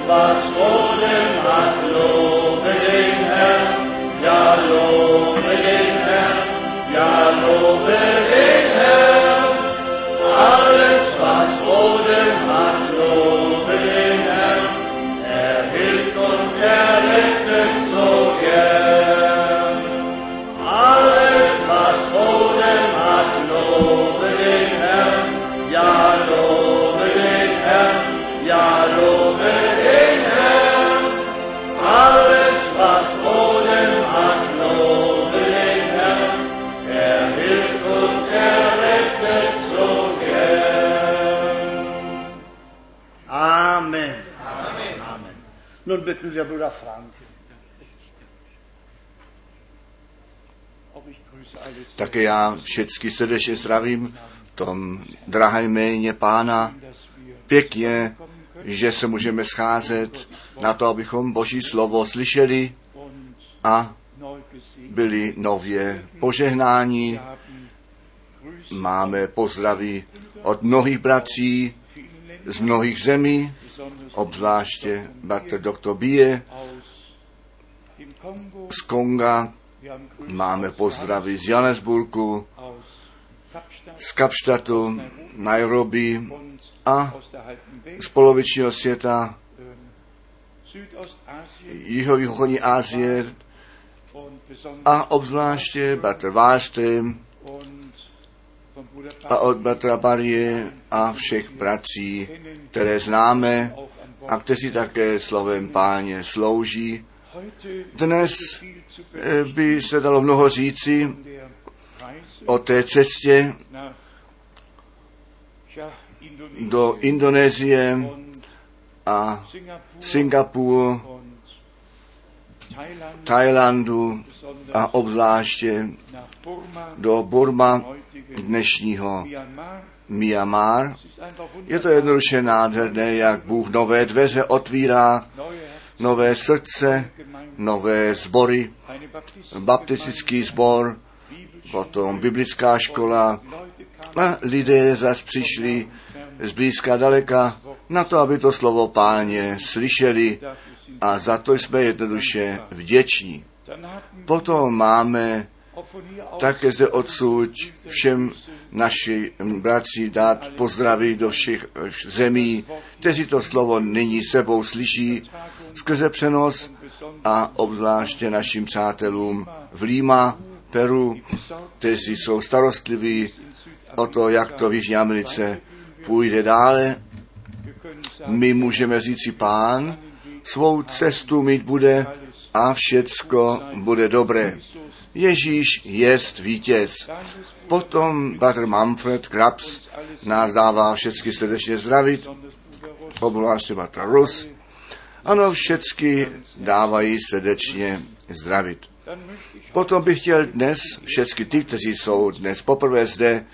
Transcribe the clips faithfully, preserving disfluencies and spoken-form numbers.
was Odem hat, lobe den Herrn, ja lobe den Herrn, ja lobe den Herrn. Alles was Odem hat, lobe den Herrn, er hilft und er rettet so gern. Alles was Odem hat, lobe den Herrn, ja lobe den Herrn, ja lobe den Herrn. Alles was Odem hat, lobe den Herrn, er hilft und er rettet so gern. Amen. Amen. Amen. Nun bitten wir Bruder Frank. Také já všechny srdečně zdravím v tom drahém jméně Pána. Pěkně, že se můžeme scházet na to, abychom Boží slovo slyšeli a byli nově požehnáni. Máme pozdravy od mnohých bratří z mnohých zemí, obzvláště bratr doktor Bie z Konga. Máme pozdravy z Johannesburgu, z Kapstadtu, Nairobi a z polovičního světa, jihovýchodní Asie a obzvláště bratr Wallström a od bratra Barie a všech bratří, které známe a kteří také slovem Páně slouží. Dnes by se dalo mnoho říci o té cestě do Indonésie a Singapuru, Thailandu a obzvláště do Burma, dnešního Myanmar. Je to jednoduše nádherné, jak Bůh nové dveře otvírá, nové srdce, nové sbory, baptistický sbor, potom biblická škola a lidé zas přišli z blízka daleka na to, aby to slovo Páně slyšeli a za to jsme jednoduše vděční. Potom máme také zde odsud všem naši bratři dát pozdraví do všech zemí, kteří to slovo nyní sebou slyší skrze přenos a obzvláště našim přátelům v Lima, Peru, kteří jsou starostliví o to, jak to v Jižní Americe půjde dále. My můžeme říci, Pán svou cestu mít bude a všecko bude dobré. Ježíš jest vítěz. Potom bratr Manfred Krabs nás dává všecky srdečně zdravit, obzvláště bratr Rus. Ano, všecky dávají srdečně zdravit. Potom bych chtěl dnes všecky ty, kteří jsou dnes poprvé zde,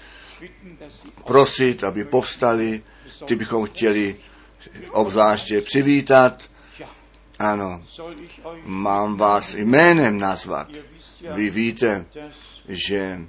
prosit, aby povstali, ty bychom chtěli obzvláště přivítat. Ano, mám vás jménem nazvat. Vy víte, že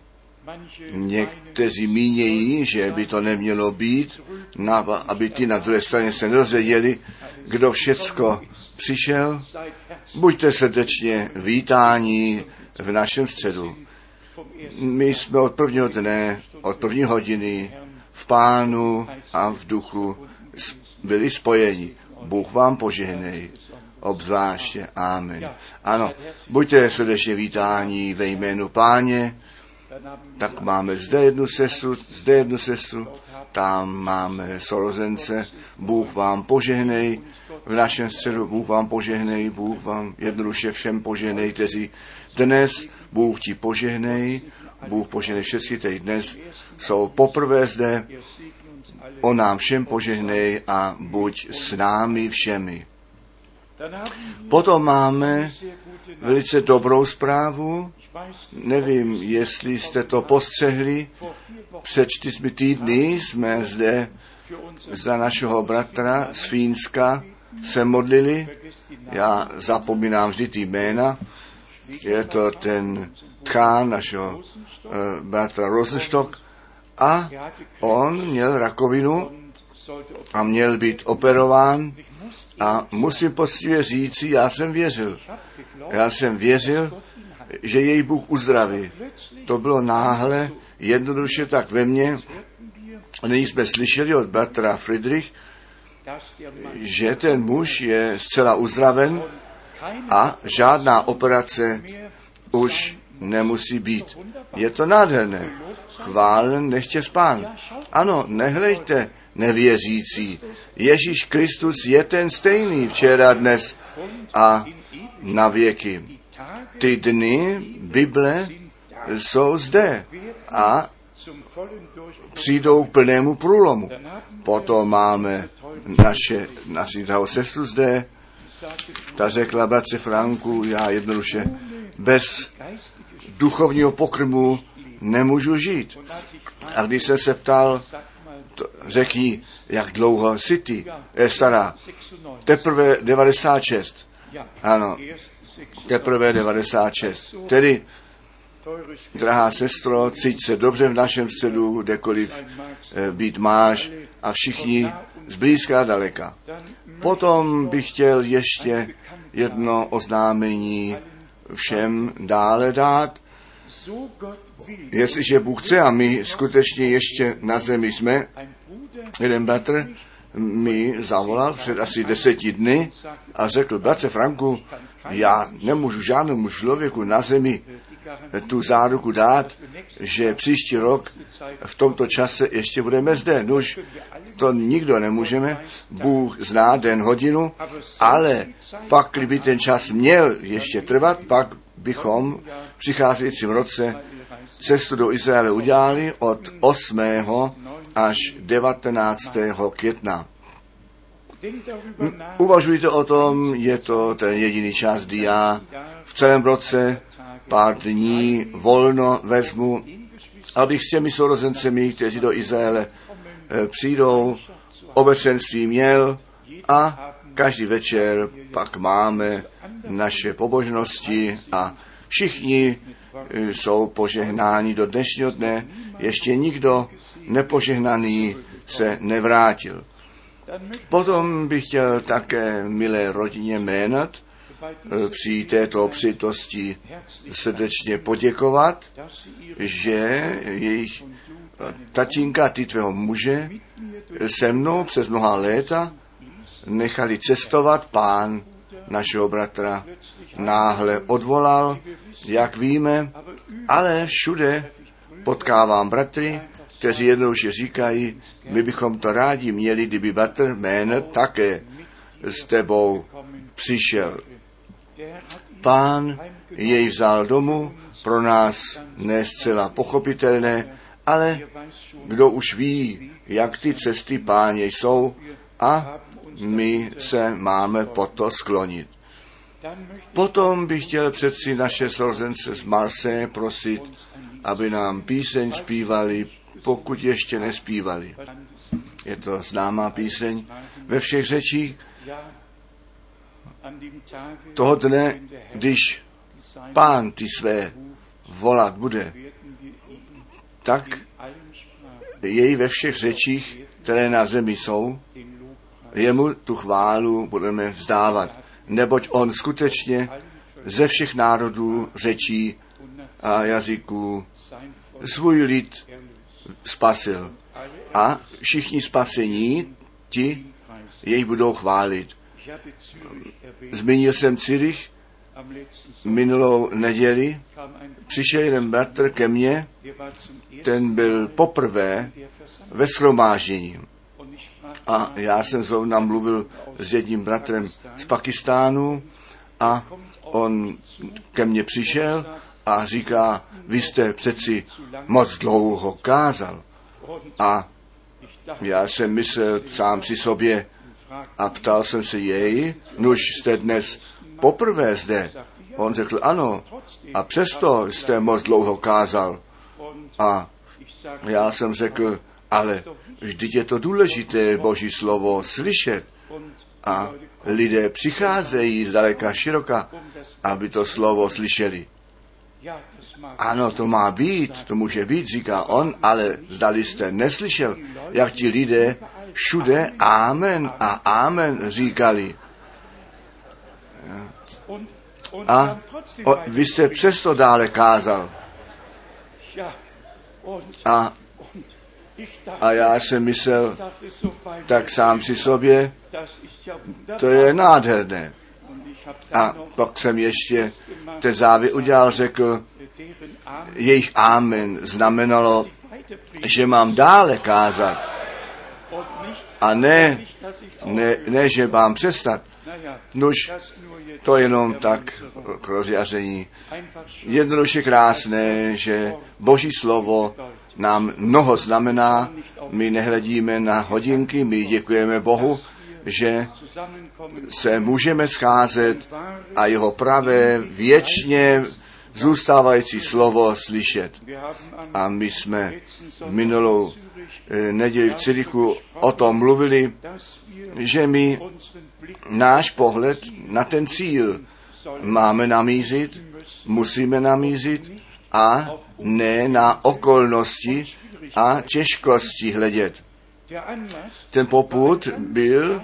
někteří mínějí, že by to nemělo být, aby ty na druhé straně se nedozvěděli, kdo všecko přišel. Buďte srdečně vítáni v našem středu. My jsme od prvního dne, od první hodiny v Pánu a v duchu byli spojeni. Bůh vám požehnej. Obzvláště. Amen. Ano, buďte srdečně vítáni ve jménu Páně. Tak máme zde jednu sestru, zde jednu sestru, tam máme sorozence. Bůh vám požehnej v našem středu, Bůh vám požehnej, Bůh vám jednoduše všem požehnej, kteří dnes, Bůh ti požehnej, Bůh požehnej všechny, kteří dnes jsou poprvé zde, on nám všem požehnej a buď s námi všemi. Potom máme velice dobrou zprávu. Nevím, jestli jste to postřehli. Před čtyřmi týdny jsme zde za našeho bratra z Fínska se modlili. Já zapomínám vždy ty jména. Je to ten tchán našeho uh, bratra Rosenstock. A on měl rakovinu a měl být operován. A musím poctivě říci, já jsem věřil. Já jsem věřil, že jej Bůh uzdraví. To bylo náhle, jednoduše tak ve mně. Nyní jsme slyšeli od bratra Friedrich, že ten muž je zcela uzdraven a žádná operace už nemusí být. Je to nádherné. Chválen nechtě Pán. Ano, nehlejte, nevěřící. Ježíš Kristus je ten stejný včera, dnes a na věky. Ty dny Bible jsou zde a přijdou k plnému průlomu. Potom máme naše, naši tahou sestru zde, ta řekla, bratře Franku, já jednoduše bez duchovního pokrmu nemůžu žít. A když jsem se ptal, to, řekni, jak dlouho jsi ty, je stará, teprve devadesát šest. Ano, teprve devadesát šest. Tedy, drahá sestro, cíť se dobře v našem středu, kdekoliv e, být máš a všichni zblízka a daleka. Potom bych chtěl ještě jedno oznámení všem dále dát. Jestliže Bůh chce a my skutečně ještě na zemi jsme, jeden bratr mi zavolal před asi deseti dny a řekl, bratře Franku, já nemůžu žádnému člověku na zemi tu záruku dát, že příští rok v tomto čase ještě budeme zde. Nož, to nikdo nemůžeme, Bůh zná den, hodinu, ale pak, kdyby ten čas měl ještě trvat, pak bychom v přicházejícím roce cestu do Izraele udělali od osmého až devatenáctého května. Uvažujte o tom, je to ten jediný čas, kdy já v celém roce pár dní volno vezmu, abych s těmi sourozencemi, kteří do Izraele přijdou, obecenství měl a každý večer pak máme naše pobožnosti a všichni jsou požehnáni do dnešního dne. Ještě nikdo nepožehnaný se nevrátil. Potom bych chtěl také milé rodině jménat při této příležitosti srdečně poděkovat, že jejich tatínka, ty tvého muže, se mnou přes mnoha léta nechali cestovat. Pán našeho bratra náhle odvolal, jak víme, ale všude potkávám bratry, kteří jednoduše říkají, my bychom to rádi měli, kdyby bratr jméno také s tebou přišel. Pán jej vzal domů, pro nás ne zcela pochopitelné, ale kdo už ví, jak ty cesty Páně jsou a my se máme po to sklonit. Potom bych chtěl přeci naše sourozence z Marseille prosit, aby nám píseň zpívali, pokud ještě nespívali. Je to známá píseň ve všech řečích. Toho dne, když Pán ty své volat bude, tak jej ve všech řečích, které na zemi jsou, jemu tu chválu budeme vzdávat. Neboť on skutečně ze všech národů, řečí a jazyků svůj lid spasil. A všichni spasení, ti jej budou chválit. Zmínil jsem Cyrich minulou neděli, přišel jeden bratr ke mně, ten byl poprvé ve shromáždění. A já jsem zrovna mluvil s jedním bratrem z Pakistánu a on ke mně přišel a říká, vy jste přeci moc dlouho kázal. A já jsem myslel sám při sobě a ptal jsem se jej, nuž jste dnes poprvé zde. On řekl, ano, a přesto jste moc dlouho kázal. A já jsem řekl, ale vždyť je to důležité Boží slovo slyšet. A lidé přicházejí zdaleka široka, aby to slovo slyšeli. Ano, to má být, to může být, říká on, ale zdali jste neslyšel, jak ti lidé všude amen a amen říkali. A o, vy jste přesto dále kázal. A, a já jsem myslel, tak sám při sobě, to je nádherné. A pak jsem ještě té závy udělal, řekl, jejich amen znamenalo, že mám dále kázat. A ne, ne, ne že mám přestat. Nož, to jenom tak k rozjaření. Jednoduše krásné, že Boží slovo nám mnoho znamená, my nehledíme na hodinky, my děkujeme Bohu, že se můžeme scházet a jeho pravé věčně zůstávající slovo slyšet. A my jsme v minulou neděli v Cirichu o tom mluvili, že my náš pohled na ten cíl máme namířit, musíme namířit a ne na okolnosti a těžkosti hledět. Ten popud byl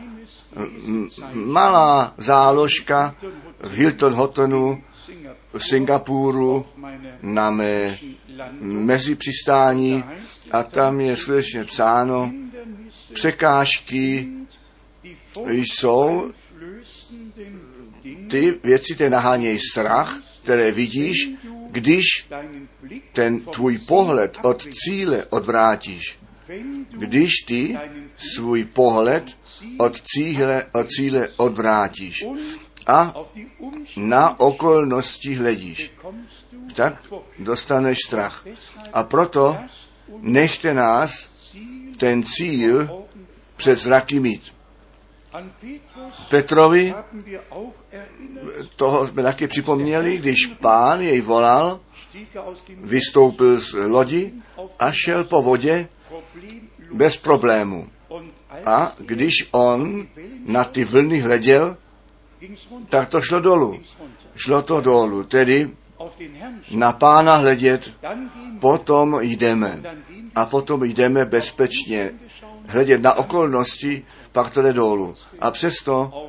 malá záložka v Hilton hotelu v Singapuru na mé mezipřistání a tam je skutečně psáno, překážky jsou ty věci, které nahánějí strach, které vidíš, když ten tvůj pohled od cíle odvrátíš. Když ty svůj pohled od cíle, od cíle odvrátíš a na okolnosti hledíš, tak dostaneš strach. A proto nechte nás ten cíl před zraky mít. Petrovi, toho jsme taky připomněli, když Pán jej volal, vystoupil z lodi a šel po vodě bez problému. A když on na ty vlny hleděl, tak to šlo dolů. Šlo to dolů, tedy na Pána hledět, potom jdeme. A potom jdeme bezpečně. Hledět na okolnosti, pak to jde dolů. A přesto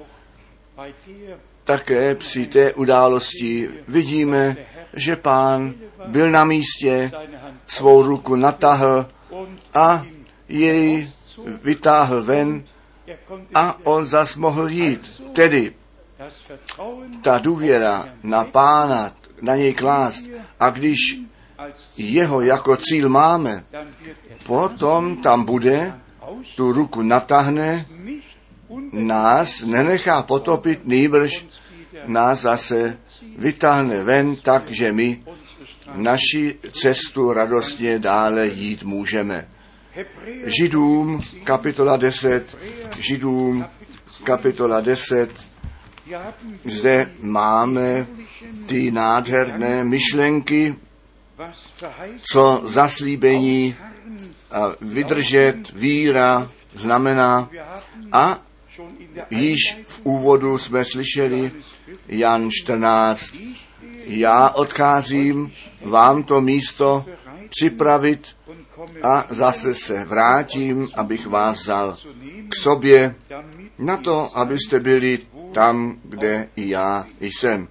také při té události vidíme, že Pán byl na místě, svou ruku natáhl a jej vytáhl ven a on zas mohl jít. Tedy ta důvěra na Pána, na něj klást. A když jeho jako cíl máme, potom tam bude, tu ruku natáhne, nás nenechá potopit, nýbrž nás zase vytáhne ven, takže my naši cestu radostně dále jít můžeme. Židům kapitola deset, Židům kapitola deset, zde máme ty nádherné myšlenky, co zaslíbení a vydržet, víra znamená. A již v úvodu jsme slyšeli Jan čtrnáct. Já odcházím vám to místo připravit a zase se vrátím, abych vás vzal k sobě na to, abyste byli tam, kde i já jsem.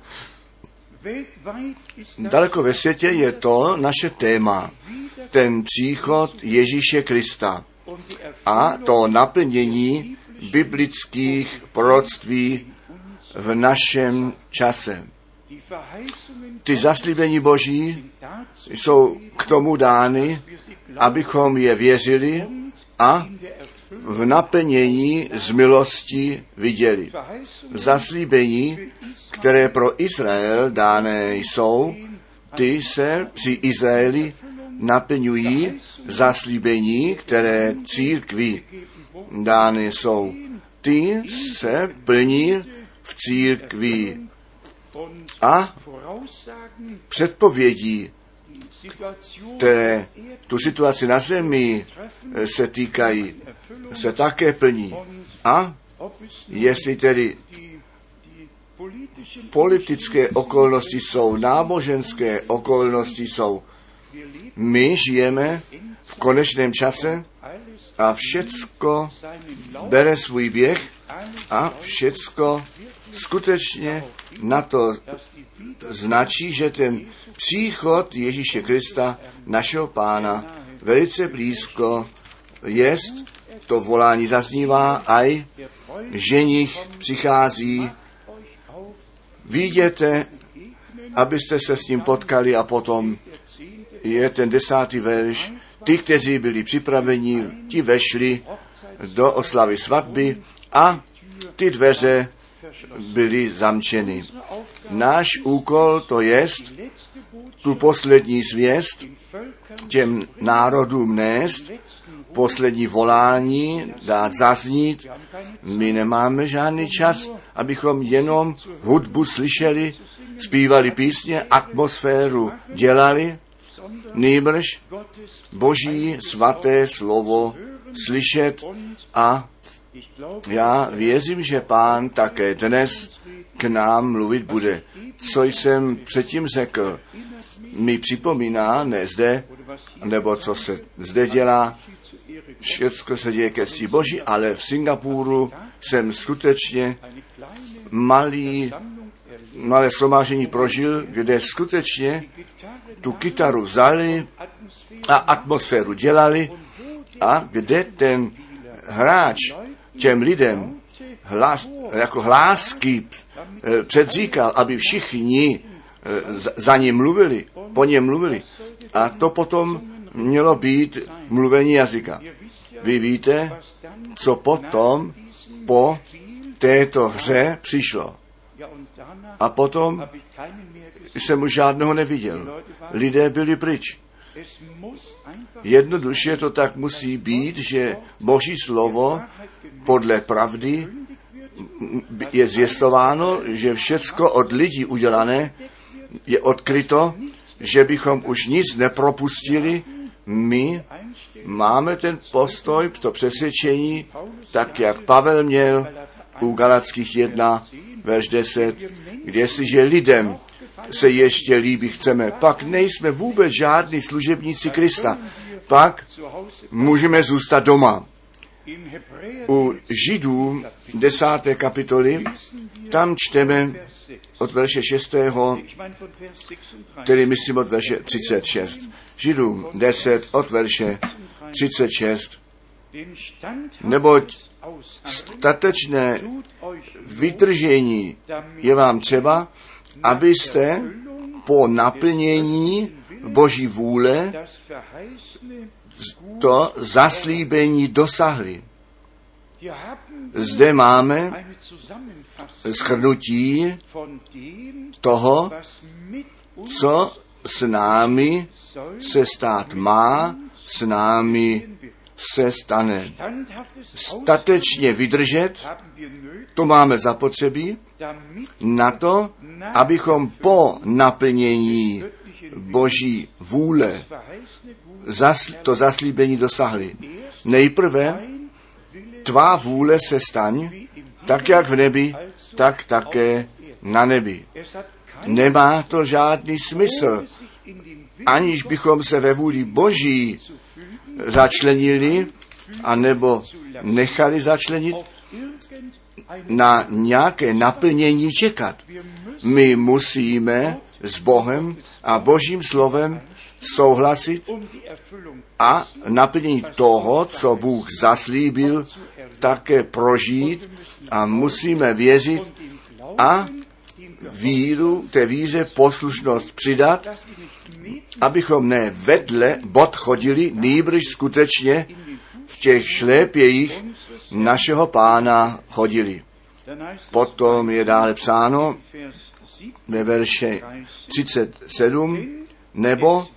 Daleko ve světě je to naše téma, ten příchod Ježíše Krista a to naplnění biblických proroctví v našem čase. Ty zaslíbení Boží jsou k tomu dány, abychom je věřili a v naplnění z milosti viděli. Zaslíbení, které pro Izrael dáné jsou, ty se při Izraeli naplňují. Zaslíbení, které církvi dány jsou, ty se plní v církvi. A předpovědí, které tu situaci na zemi se týkají, se také plní. A jestli tedy politické okolnosti jsou, náboženské okolnosti jsou, my žijeme v konečném čase a všecko bere svůj běh a všecko skutečně na to značí, že ten příchod Ježíše Krista, našeho Pána, velice blízko jest, to volání zaznívá, aj ženich přichází, viděte, abyste se s ním potkali, a potom je ten desátý verš. Ty, kteří byli připraveni, ti vešli do oslavy svatby a ty dveře byly zamčeny. Náš úkol to jest tu poslední zvěst těm národům nést, poslední volání dát zaznít. My nemáme žádný čas, abychom jenom hudbu slyšeli, zpívali písně, atmosféru dělali, nýbrž Boží svaté slovo slyšet, a já věřím, že Pán také dnes k nám mluvit bude. Co jsem předtím řekl, mi připomíná, ne zde, nebo co se zde dělá, všechno se děje ke cti Boží, ale v Singapuru jsem skutečně malý, malé shromáždění prožil, kde skutečně tu kytaru vzali a atmosféru dělali, a kde ten hráč těm lidem hlas, jako hlásky předříkal, aby všichni za ním mluvili, po něm mluvili. A to potom mělo být mluvení jazyka. Vy víte, co potom po této hře přišlo. A potom jsem už žádného neviděl. Lidé byli pryč. Jednoduše to tak musí být, že Boží slovo podle pravdy je zvěstováno, že všecko od lidí udělané je odkryto, že bychom už nic nepropustili. My máme ten postoj, to přesvědčení, tak jak Pavel měl u Galackých jedna, verš deset, kde jestliže lidem se ještě líbí chceme, pak nejsme vůbec žádní služebníci Krista, pak můžeme zůstat doma. U Židů desáté kapitoly, tam čteme od verše šestého, tedy myslím od verše třicet šest. Židům deset od verše třicet šest. Neboť statečné vydržení je vám třeba, abyste po naplnění Boží vůle to zaslíbení dosahli. Zde máme shrnutí toho, co s námi se stát má, s námi se stane. Statečně vydržet, to máme zapotřebí na to, abychom po naplnění Boží vůle to zaslíbení dosahli. Nejprve tvá vůle se staň, tak jak v nebi, tak také na nebi. Nemá to žádný smysl, aniž bychom se ve vůli Boží začlenili, anebo nechali začlenit, na nějaké naplnění čekat. My musíme s Bohem a Božím slovem souhlasit a naplnění toho, co Bůh zaslíbil, také prožít, a musíme věřit a víru, té víře poslušnost přidat, abychom ne vedle bod chodili, nýbrž skutečně v těch šlépějích našeho Pána chodili. Potom je dále psáno ve verše třicet sedm, nebo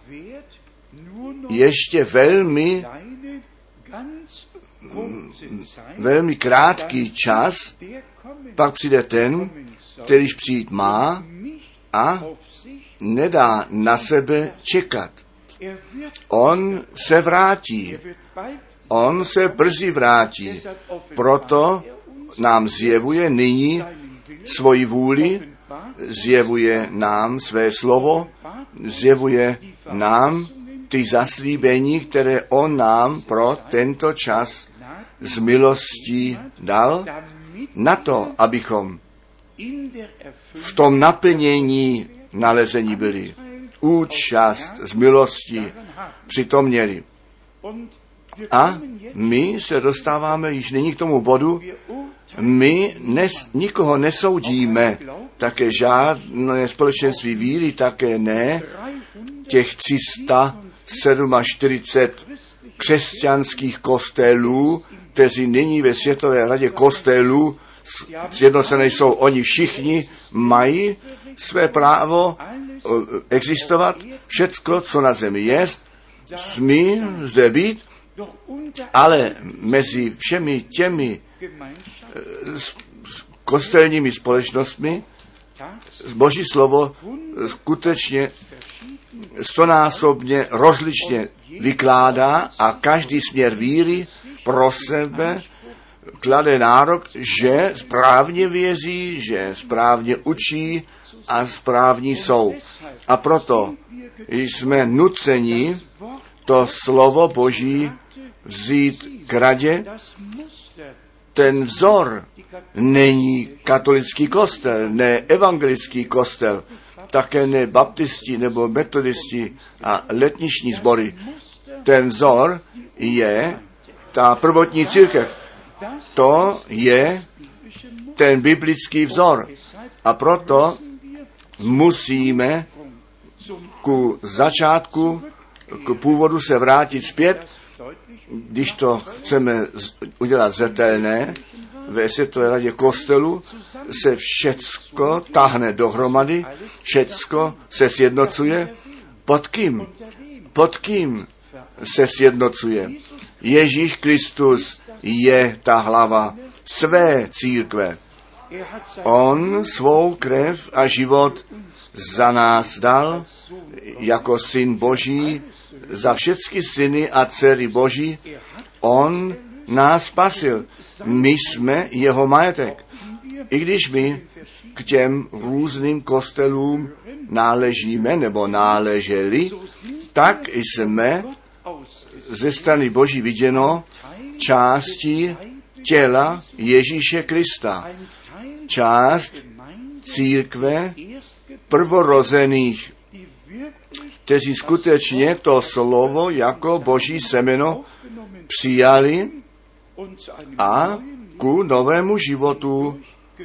ještě velmi velmi krátký čas, pak přijde ten, kterýž přijít má a nedá na sebe čekat. On se vrátí. On se brzy vrátí. Proto nám zjevuje nyní svoji vůli, zjevuje nám své slovo, zjevuje nám ty zaslíbení, které on nám pro tento čas z milostí dal, na to, abychom v tom naplnění nalezení byli. Účast z milosti přitom měli. A my se dostáváme již nyní k tomu bodu, my nes, nikoho nesoudíme, také žádné společenství víry, také ne, těch tři sta čtyřicet sedm křesťanských kostelů, kteří nyní ve Světové radě kostelů sjednocené jsou, oni všichni mají své právo existovat, všecko, co na zemi je, smí zde být, ale mezi všemi těmi kostelními společnostmi Boží slovo skutečně stonásobně rozličně vykládá a každý směr víry pro sebe klade nárok, že správně věří, že správně učí a správní jsou. A proto jsme nuceni to slovo Boží vzít k radě. Ten vzor není katolický kostel, ne evangelický kostel, také ne baptisti nebo metodisti a letniční sbory. Ten vzor je ta prvotní církev. To je ten biblický vzor. A proto musíme ku začátku, k původu se vrátit zpět, když to chceme udělat zřetelné. Ve Světové radě kostelu se všecko táhne dohromady, všecko se sjednocuje. Pod kým? Pod kým se sjednocuje? Ježíš Kristus je ta hlava své církve. On svou krev a život za nás dal jako syn Boží, za všechny syny a dcery Boží. On nás spasil. My jsme jeho majetek. I když my k těm různým kostelům náležíme nebo náleželi, tak jsme ze strany Boží viděno částí těla Ježíše Krista. Část církve prvorozených, kteří skutečně to slovo jako Boží semeno přijali a ku novému životu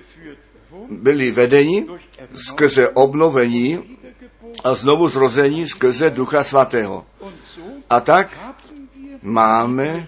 byli vedeni skrze obnovení a znovu zrození skrze Ducha Svatého. A tak máme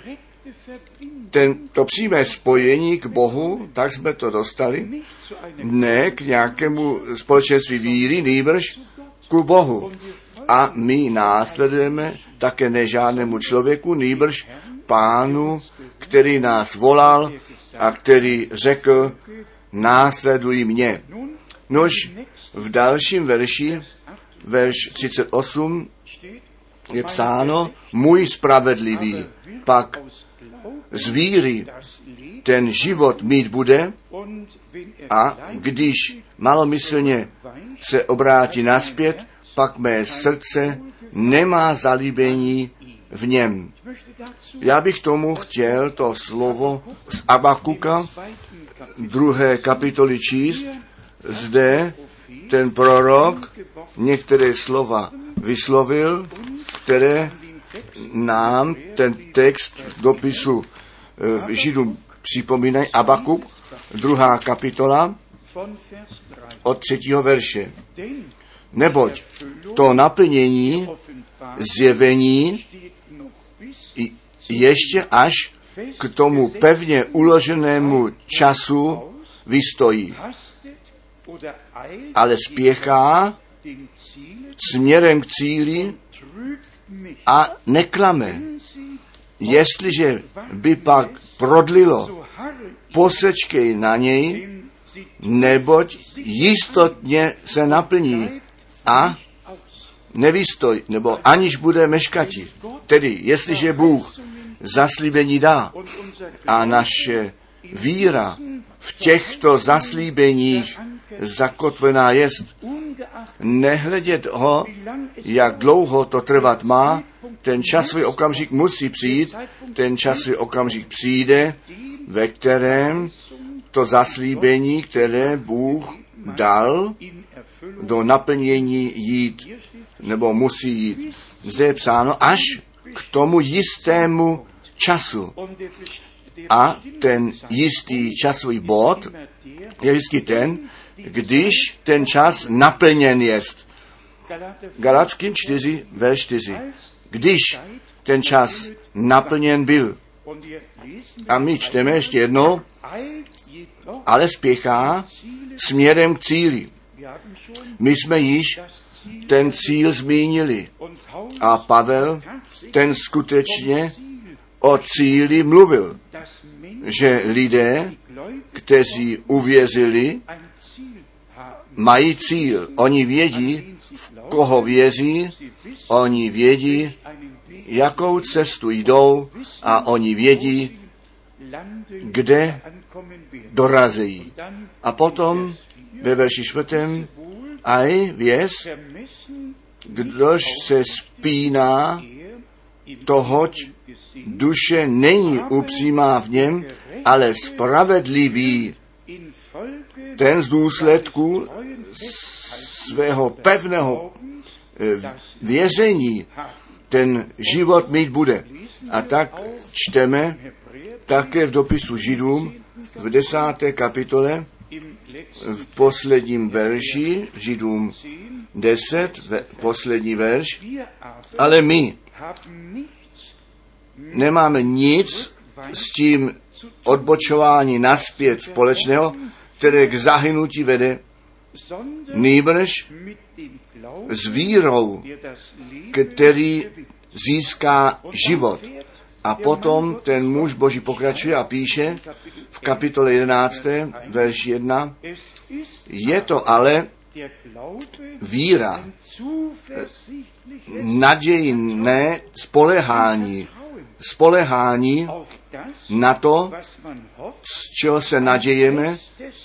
tento přímé spojení k Bohu, tak jsme to dostali, ne k nějakému společenství víry, nýbrž ku Bohu. A my následujeme také ne žádnému člověku, nýbrž Pánu, který nás volal a který řekl, následuj mě. Nož v dalším verši, verš třicet osm, je psáno, můj spravedlivý pak z víry ten život mít bude a když malomyslně se obrátí naspět, pak mé srdce nemá zalíbení v něm. Já bych tomu chtěl to slovo z Abakuka, druhé kapitoly číst. Zde ten prorok některé slova vyslovil, které nám ten text dopisu v Židům připomínají. Abakuk, druhá kapitola, od třetího verše. Neboť to naplnění zjevení ještě až k tomu pevně uloženému času vystojí, ale spěchá směrem k cíli a neklame. Jestliže by pak prodlilo, posečkej na něj, neboť jistotně se naplní a nevystoj, nebo aniž bude meškati. Tedy, jestliže Bůh zaslíbení dá a naše víra v těchto zaslíbeních zakotvená jest, nehledět ho, jak dlouho to trvat má, ten časový okamžik musí přijít, ten časový okamžik přijde, ve kterém to zaslíbení, které Bůh dal, do naplnění jít, nebo musí jít. Zde je psáno až k tomu jistému času. A ten jistý časový bod je vždycky ten, když ten čas naplněn jest. Galatským čtyři, verš čtyři. Když ten čas naplněn byl. A my čteme ještě jednou, ale spěchá směrem k cíli. My jsme již ten cíl zmínili. A Pavel ten skutečně o cíli mluvil, že lidé, kteří uvěřili, mají cíl. Oni vědí, v koho věří, oni vědí, jakou cestu jdou a oni vědí, kde dorazí. A potom ve verši čtvrtém aj věz, kdož se spíná, tohoť duše není upřímá v něm, ale spravedlivý. Ten z důsledku svého pevného věření ten život mít bude. A tak čteme také v dopisu Židům v desáté kapitole v posledním verši, Židům deset, poslední verš, ale my nemáme nic s tím odbočování naspět společného, které k zahynutí vede, nýbrž s vírou, který získá život. A potom ten muž Boží pokračuje a píše v kapitole jedenácté, verš jedna, je to ale víra, nadějné spolehání, spolehání na to, z čeho se nadějeme,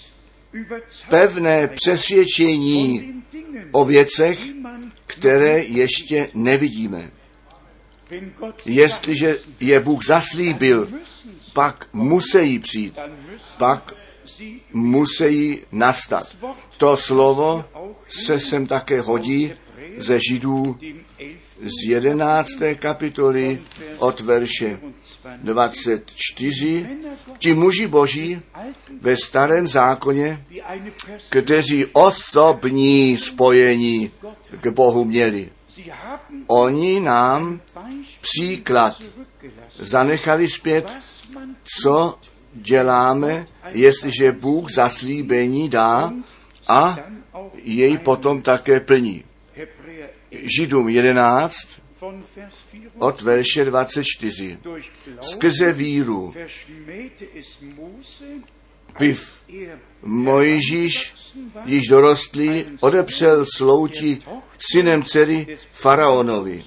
pevné přesvědčení o věcech, které ještě nevidíme. Jestliže je Bůh zaslíbil, pak musí přijít, pak musí nastat. To slovo se sem také hodí ze Židů z jedenácté kapitoly od verše dvacet čtyři. Ti muži Boží ve starém zákoně, kteří osobní spojení k Bohu měli. Oni nám příklad zanechali zpět, co děláme, jestliže Bůh zaslíbení dá a jej potom také plní. Židům jedenáct od verše dvacet čtyři. Skrze víru Piv Mojžíš, již dorostlý, odepřel slouti synem dcery faraonovi.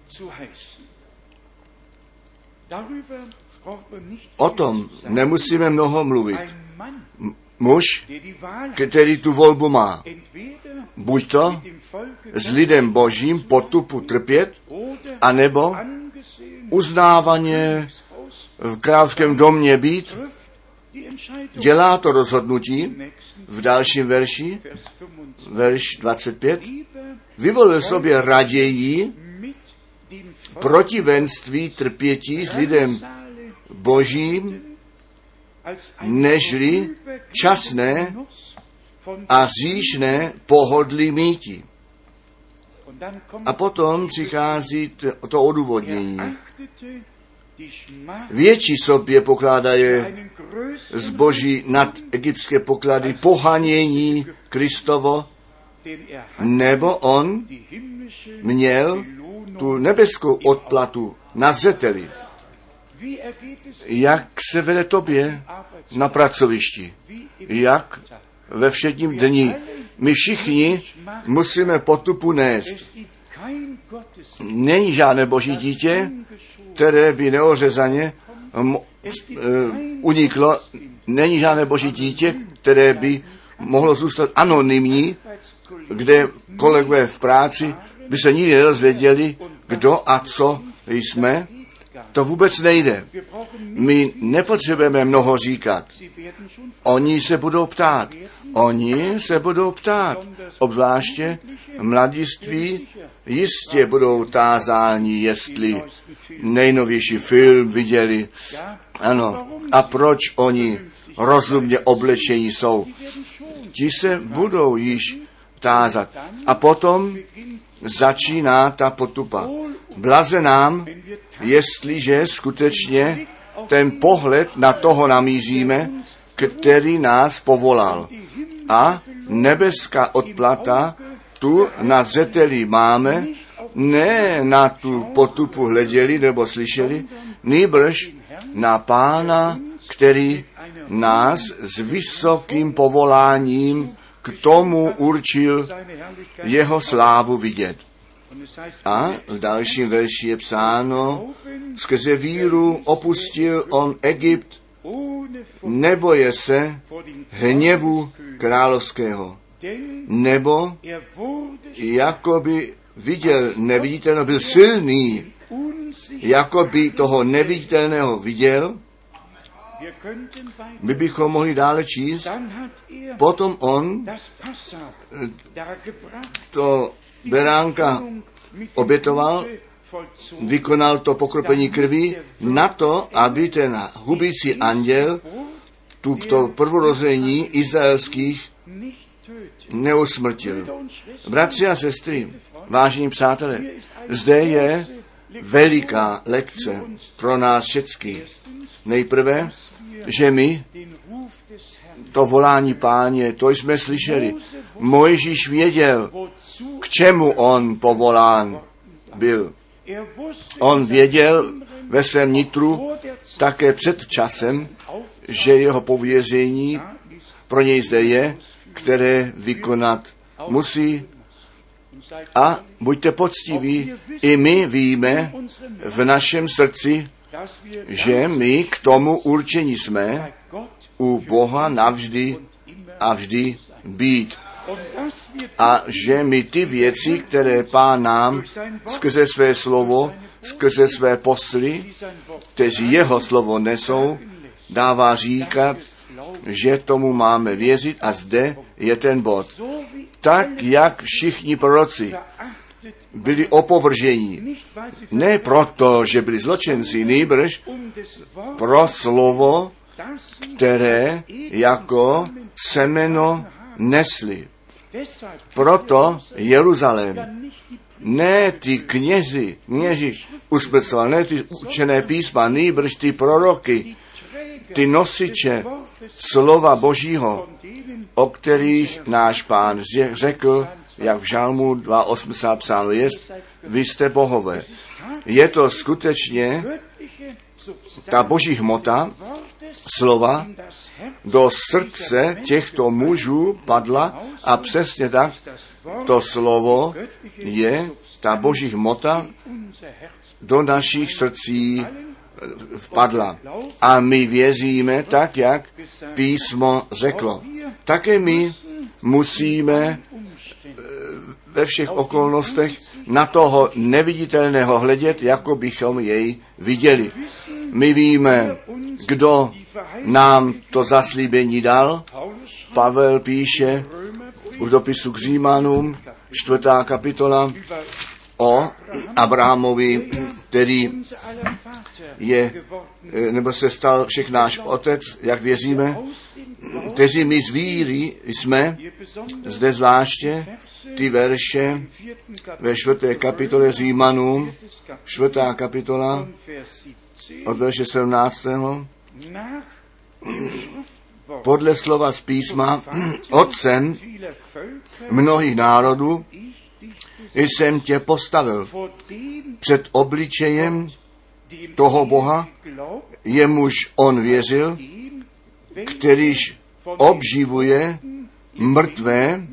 O tom nemusíme mnoho mluvit. Muž, který tu volbu má, buď to s lidem Božím potupu trpět, anebo uznávaně v královském domě být, dělá to rozhodnutí v dalším verši, verš dvacet pět, vyvolil sobě raději protivenství trpětí s lidem Božím, nežli časné a říšné pohodlí mítí. A potom přichází to odůvodnění. Větší sobě pokládají zboží nad egyptské poklady pohanění Kristovo, nebo on měl tu nebeskou odplatu na zřeteli. Jak se vede tobě na pracovišti? Jak ve všedním dni? My všichni musíme potupu nést. Není žádné boží dítě, které by neořezaně m- uh, uniklo. Není žádné boží dítě, které by mohlo zůstat anonymní, kde kolegové v práci by se nikdy nedozvěděli, kdo a co jsme, To vůbec nejde. My nepotřebujeme mnoho říkat. Oni se budou ptát. Oni se budou ptát. Obzvláště mladiství jistě budou tázáni, jestli nejnovější film viděli. Ano. A proč oni rozumně oblečení jsou? Ti se budou již tázat. A potom začíná ta potupa. Blaze nám, jestliže skutečně ten pohled na toho namíříme, který nás povolal. A nebeská odplata tu na zřeteli máme, ne na tu potupu hleděli nebo slyšeli, nýbrž na Pána, který nás s vysokým povoláním k tomu určil jeho slávu vidět. A v dalším verši je psáno, skrze víru opustil on Egypt, neboje se hněvu královského, nebo jakoby viděl neviditelného, byl silný, jakoby toho neviditelného viděl. My bychom mohli dále číst. Potom on to beránka obětoval, vykonal to pokropení krví na to, aby ten hubící anděl tuto prvorození izraelských neusmrtil. Bratři a sestry, vážení přátelé, zde je veliká lekce pro nás všechny. Nejprve, že my to volání Páně, to jsme slyšeli. Mojžíš věděl, k čemu on povolán byl. On věděl ve svém nitru také před časem, že jeho pověření pro něj zde je, které vykonat musí. A buďte poctiví, i my víme v našem srdci, že my k tomu určení jsme u Boha navždy a vždy být. A že my ty věci, které Pán nám skrze své slovo, skrze své posly, kteří jeho slovo nesou, dává říkat, že tomu máme věřit a zde je ten bod. Tak, jak všichni proroci byli opovržení, ne proto, že byli zločinci, nýbrž pro slovo, které jako semeno nesli. Proto Jeruzalém, ne ty knězi, kněži usmrcoval, ne ty učené písma, nýbrž ty proroky, ty nosiče slova Božího, o kterých náš Pán řekl, jak v Žalmu osmdesát dva psáno je, vy jste bohové. Je to skutečně ta Boží hmota, slova, do srdce těchto mužů padla a přesně tak to slovo je ta Boží hmota do našich srdcí vpadla. A my věříme tak, jak písmo řeklo. Také my musíme ve všech okolnostech na toho neviditelného hledět, jako bychom jej viděli. My víme, kdo nám to zaslíbení dal. Pavel píše v dopisu k Římanům, čtvrtá kapitola, o Abrahamovi, který je, nebo se stal všech náš otec, jak věříme, kteří my z víry jsme, zde zvláště ty verše ve čtvrté kapitole Římanům, čtvrtá kapitola, od verše sedmnáctého Podle slova z písma, otcem mnohých národů jsem tě postavil před obličejem toho Boha, jemuž on věřil, kterýž obživuje mrtvé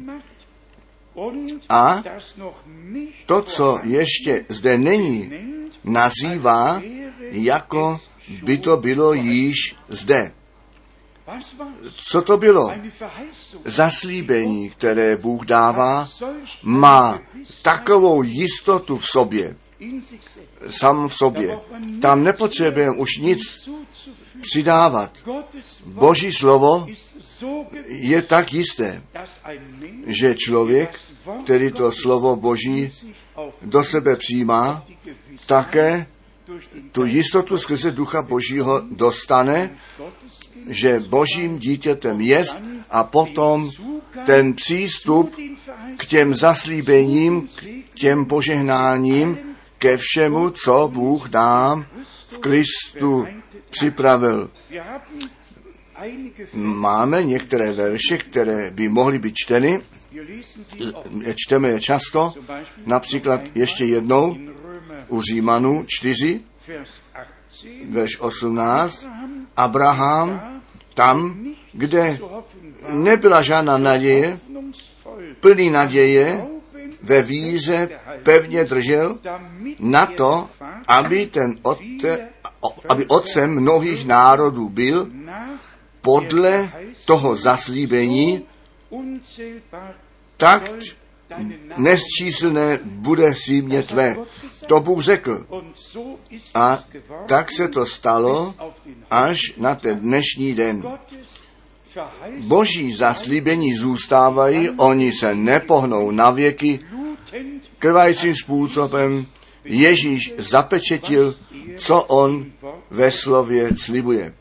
a to, co ještě zde není, nazývá, jako by to bylo již zde. Co to bylo? Zaslíbení, které Bůh dává, má takovou jistotu v sobě, sam v sobě. Tam nepotřebujeme už nic přidávat. Boží slovo je tak jisté, že člověk, který to slovo Boží do sebe přijímá, také tu jistotu skrze Ducha Božího dostane, že Božím dítětem jest, a potom ten přístup k těm zaslíbením, k těm požehnáním, ke všemu, co Bůh nám v Kristu připravil. Máme některé verše, které by mohly být čteny, čteme je často, například ještě jednou u Římanů čtyři, verš osmnáct, Abraham tam, kde nebyla žádná naděje, plný naděje, ve víře pevně držel na to, aby, ten otce, aby otcem mnohých národů byl, podle toho zaslíbení, tak nesčíslné bude símě tvé. To Bůh řekl. A tak se to stalo až na ten dnešní den. Boží zaslíbení zůstávají, oni se nepohnou na věky. Krvajícím způsobem Ježíš zapečetil, co on ve slově slibuje.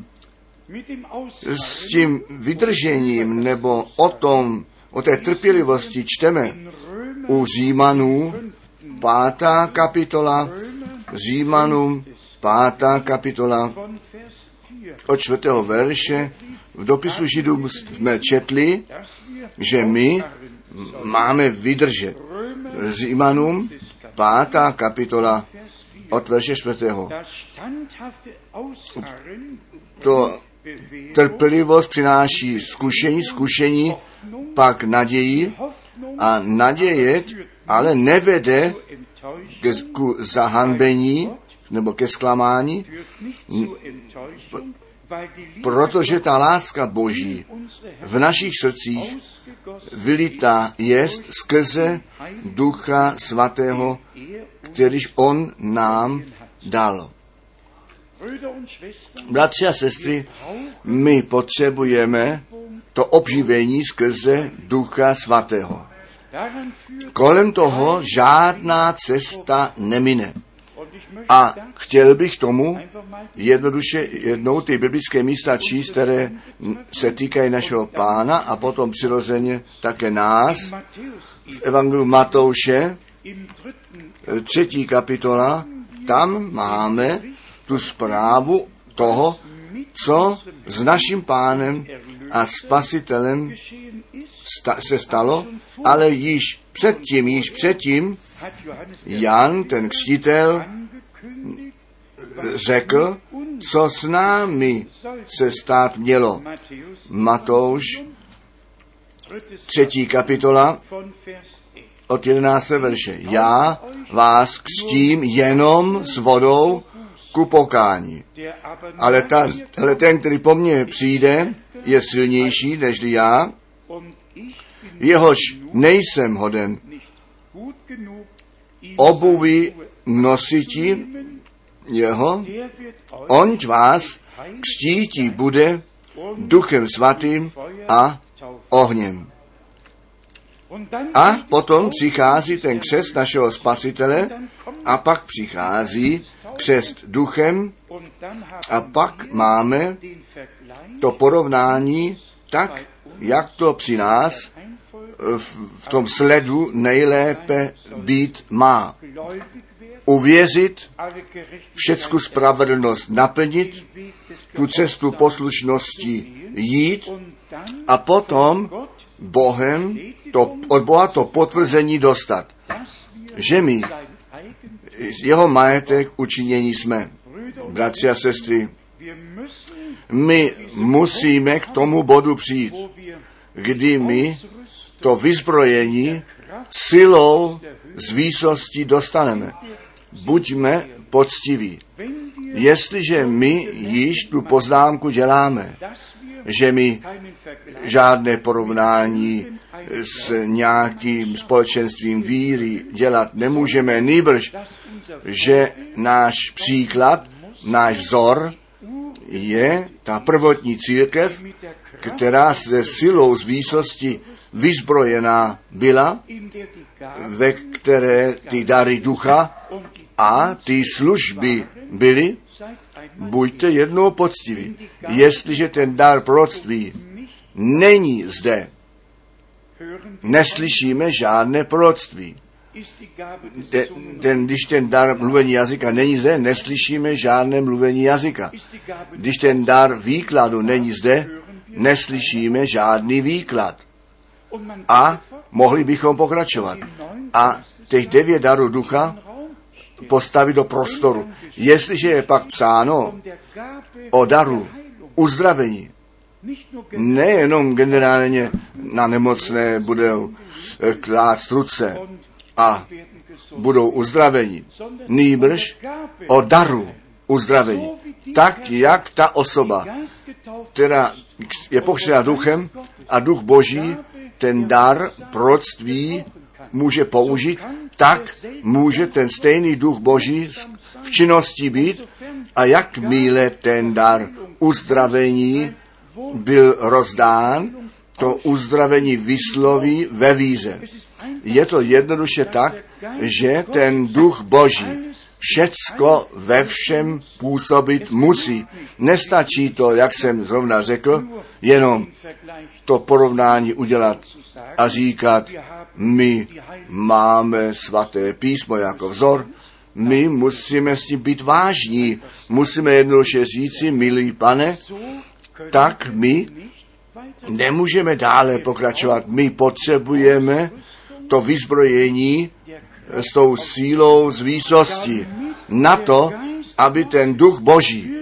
S tím vydržením nebo o tom, o té trpělivosti čteme u Římanů pátá kapitola, Římanům pátá kapitola od čtvrtého verše. V dopisu Židům jsme četli, že my máme vydržet. Římanům pátá kapitola od verše čtvrtého. To trpělivost přináší zkušení, zkušení, pak naději, a naděje ale nevede ke ku zahanbení nebo ke zklamání, protože ta láska Boží v našich srdcích vylitá jest skrze Ducha Svatého, kterýž on nám dal. Bratři a sestry, my potřebujeme to obživení skrze Ducha Svatého. Kolem toho žádná cesta nemine. A chtěl bych tomu jednoduše jednou ty biblické místa číst, které se týkají našeho Pána a potom přirozeně také nás. V Evangeliu Matouše, třetí kapitola, tam máme tu zprávu toho, co s naším Pánem a Spasitelem sta- se stalo, ale již předtím, již předtím Jan, ten křtitel, řekl, co s námi se stát mělo. Matouš, třetí kapitola, od jedenáctého verše. Já vás křtím jenom s vodou ku pokání. Ale, ta, ale ten, který po mně přijde, je silnější nežli já, jehož nejsem hoden obuvi nositi jeho, onť vás křtíti bude Duchem Svatým a ohněm. A potom přichází ten křest našeho Spasitele a pak přichází křest duchem a pak máme to porovnání tak, jak to při nás v tom sledu nejlépe být má. Uvěřit, všecku spravedlnost naplnit, tu cestu poslušnosti jít a potom Bohem to, od Boha to potvrzení dostat, že my jeho majetek učinění jsme. Bratři a sestry, my musíme k tomu bodu přijít, kdy my to vyzbrojení silou z výsostí dostaneme. Buďme poctiví. Jestliže my již tu poznámku děláme, že my žádné porovnání s nějakým společenstvím víry dělat nemůžeme, nýbrž že náš příklad, náš vzor je ta prvotní církev, která se silou z výsosti vyzbrojená byla, ve které ty dary ducha a ty služby byly. Buďte jednou poctiví. Jestliže ten dar proroctví není zde, neslyšíme žádné proroctví. Ten, ten, když ten dar mluvení jazyka není zde, neslyšíme žádné mluvení jazyka. Když ten dar výkladu není zde, neslyšíme žádný výklad. A mohli bychom pokračovat. A těch devět darů ducha postavit do prostoru. Jestliže je pak psáno o daru uzdravení, nejenom generálně na nemocné budou klást ruce a budou uzdraveni, nýbrž o daru uzdravení. Tak, jak ta osoba, která je pokřtěna duchem a duch Boží, ten dar proroctví může použít, tak může ten stejný duch Boží v činnosti být a jakmile ten dar uzdravení byl rozdán, to uzdravení vysloví ve víře. Je to jednoduše tak, že ten duch Boží všecko ve všem působit musí. Nestačí to, jak jsem zrovna řekl, jenom to porovnání udělat a říkat, my máme svaté písmo jako vzor, my musíme s tím být vážní, musíme jednoduše říci, milý Pane, tak my nemůžeme dále pokračovat. My potřebujeme to vyzbrojení s tou sílou z výsosti na to, aby ten duch Boží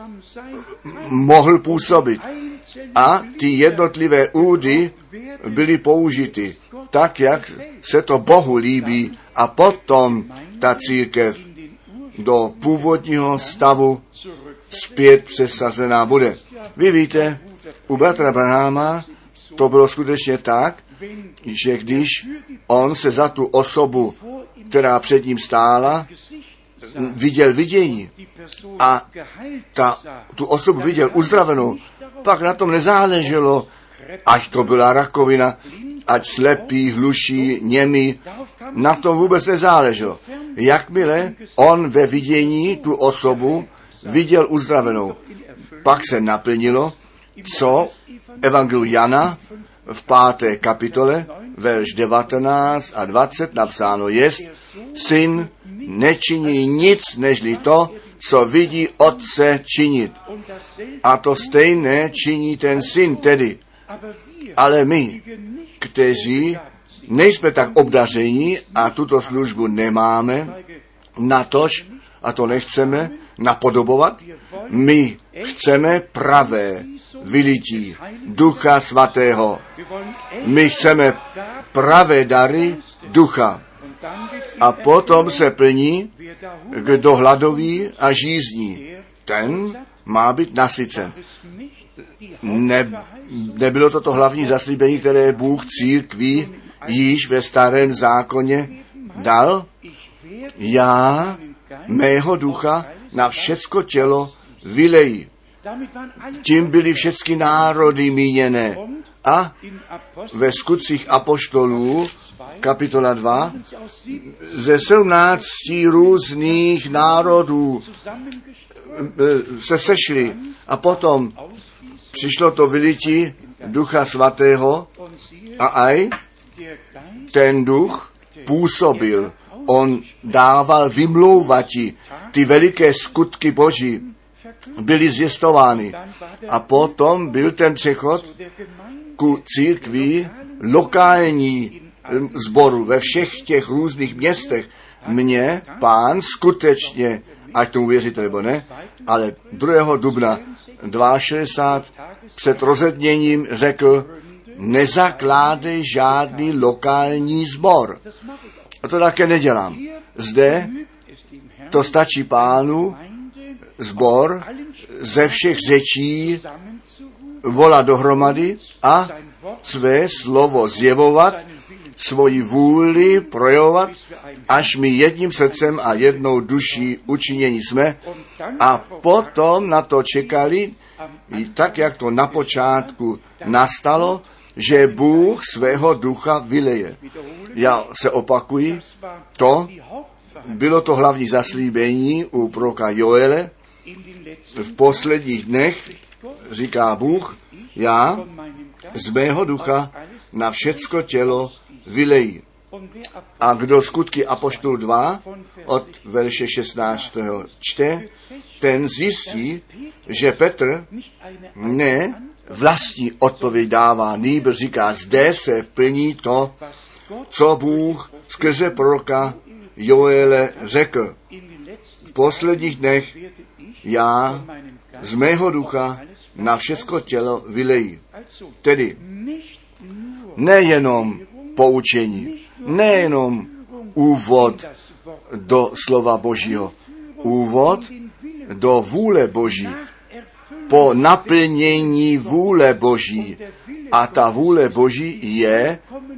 mohl působit. A ty jednotlivé údy byly použity tak, jak se to Bohu líbí, a potom ta církev do původního stavu zpět přesazená bude. Vy víte, u bratra Branhama to bylo skutečně tak, že když on se za tu osobu, která před ním stála, viděl vidění a ta, tu osobu viděl uzdravenou, pak na tom nezáleželo, ať to byla rakovina, ať slepý, hluší, němý, na tom vůbec nezáleželo. Jakmile on ve vidění tu osobu viděl uzdravenou, pak se naplnilo, co Evangeliu Jana v páté kapitole, verš devatenáct a dvacet napsáno jest, syn nečiní nic, nežli to, co vidí otce činit. A to stejné činí ten syn tedy. Ale my, kteří nejsme tak obdaření a tuto službu nemáme, natož, a to nechceme napodobovat, my chceme pravé vylití Ducha Svatého. My chceme pravé dary Ducha. A potom se plní, kdo hladoví a žízní. Ten má být nasycen. Ne, nebylo to to hlavní zaslíbení, které Bůh církví již ve starém zákoně dal? Já mého ducha na všecko tělo vyleji. Tím byly všechny národy míněné. A ve skutcích apoštolů, kapitola dva, ze sedmnácti různých národů se sešli a potom přišlo to vylití Ducha Svatého a aj ten duch působil. On dával vymlouvati, ty veliké skutky Boží byly zjistovány. A potom byl ten přechod ku církvi lokální sboru ve všech těch různých městech. Mně Pán skutečně, ať tomu věříte nebo ne, ale druhého dubna šedesát dva před rozedněním řekl, nezakládej žádný lokální sbor. A to také nedělám. Zde to stačí Pánu sbor ze všech řečí volat dohromady a své slovo zjevovat, svoji vůli projevovat, až my jedním srdcem a jednou duší učinění jsme a potom na to čekali, tak jak to na počátku nastalo, že Bůh svého ducha vyleje. Já se opakuji, to bylo to hlavní zaslíbení u proroka Joele. V posledních dnech říká Bůh, já z mého ducha na všecko tělo vylejí. A kdo Skutky apoštolů dva od verše šestnáctého čte, ten zjistí, že Petr ne vlastní odpověď dává, nýbrž říká, zde se plní to, co Bůh skrze proroka Joele řekl. V posledních dnech já z mého ducha na všecko tělo vylejí. Tedy nejenom poučení, nejenom úvod do slova Božího, úvod do vůle Boží, po naplnění vůle Boží. A ta vůle Boží je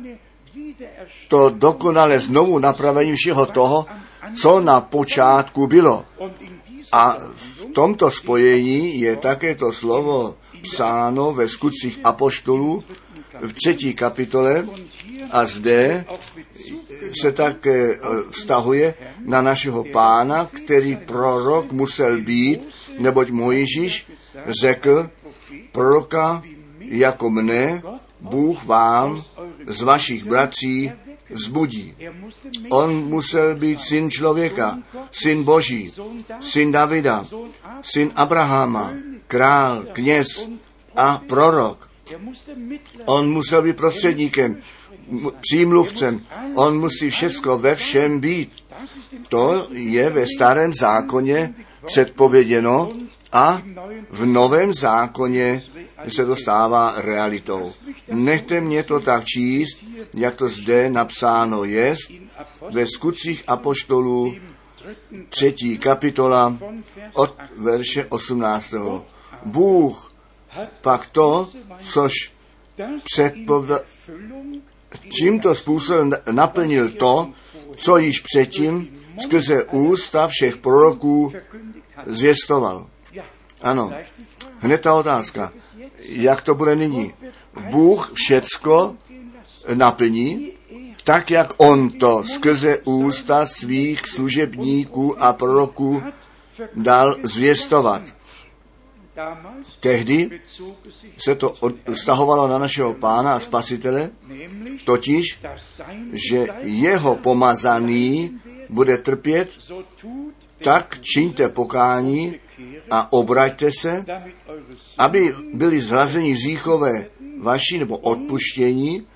to dokonale znovu napravení všeho toho, co na počátku bylo. A v tomto spojení je také to slovo psáno ve Skutcích apoštolů v třetí kapitole a zde se také vztahuje na našeho Pána, který prorok musel být, neboť Mojžíš řekl, proroka jako mne Bůh vám z vašich bratří vzbudí. On musel být syn člověka, syn Boží, syn Davida, syn Abrahama, král, kněz a prorok. On musel být prostředníkem, přímluvcem. On musí všecko ve všem být. To je ve starém zákoně předpověděno a v novém zákoně se to stává realitou. Nechte mě to tak číst, jak to zde napsáno je, ve Skutcích apoštolů třetí kapitola od verše osmnáctého. Bůh pak to, což předpov... tímto způsobem naplnil to, co již předtím skrze ústa všech proroků zvěstoval. Ano, hned ta otázka, jak to bude nyní. Bůh všecko naplní, tak jak on to skrze ústa svých služebníků a proroků dal zvěstovat. Tehdy se to vztahovalo na našeho Pána a Spasitele, totiž, že jeho pomazaný bude trpět, tak čiňte pokání a obraťte se, aby byli zhlazeni hříchové vaši nebo odpuštění,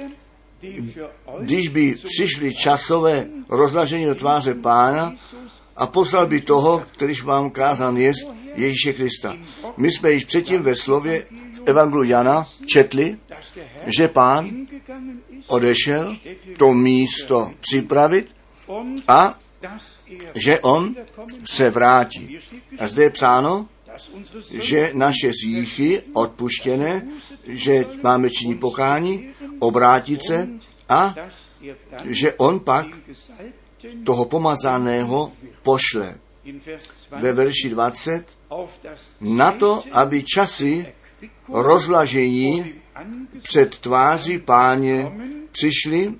když by přišli časové rozlažení do tváře Pána a poslal by toho, kterýž vám kázán jest, Ježíše Krista. My jsme již předtím ve slově v Evangeliu Jana četli, že Pán odešel to místo připravit a že on se vrátí. A zde je psáno, že naše hříchy odpuštěné, že máme činit pokání, obrátit se a že on pak toho pomazaného pošle. Ve verši dvacet na to, aby časy rozlažení před tváří Páně přišli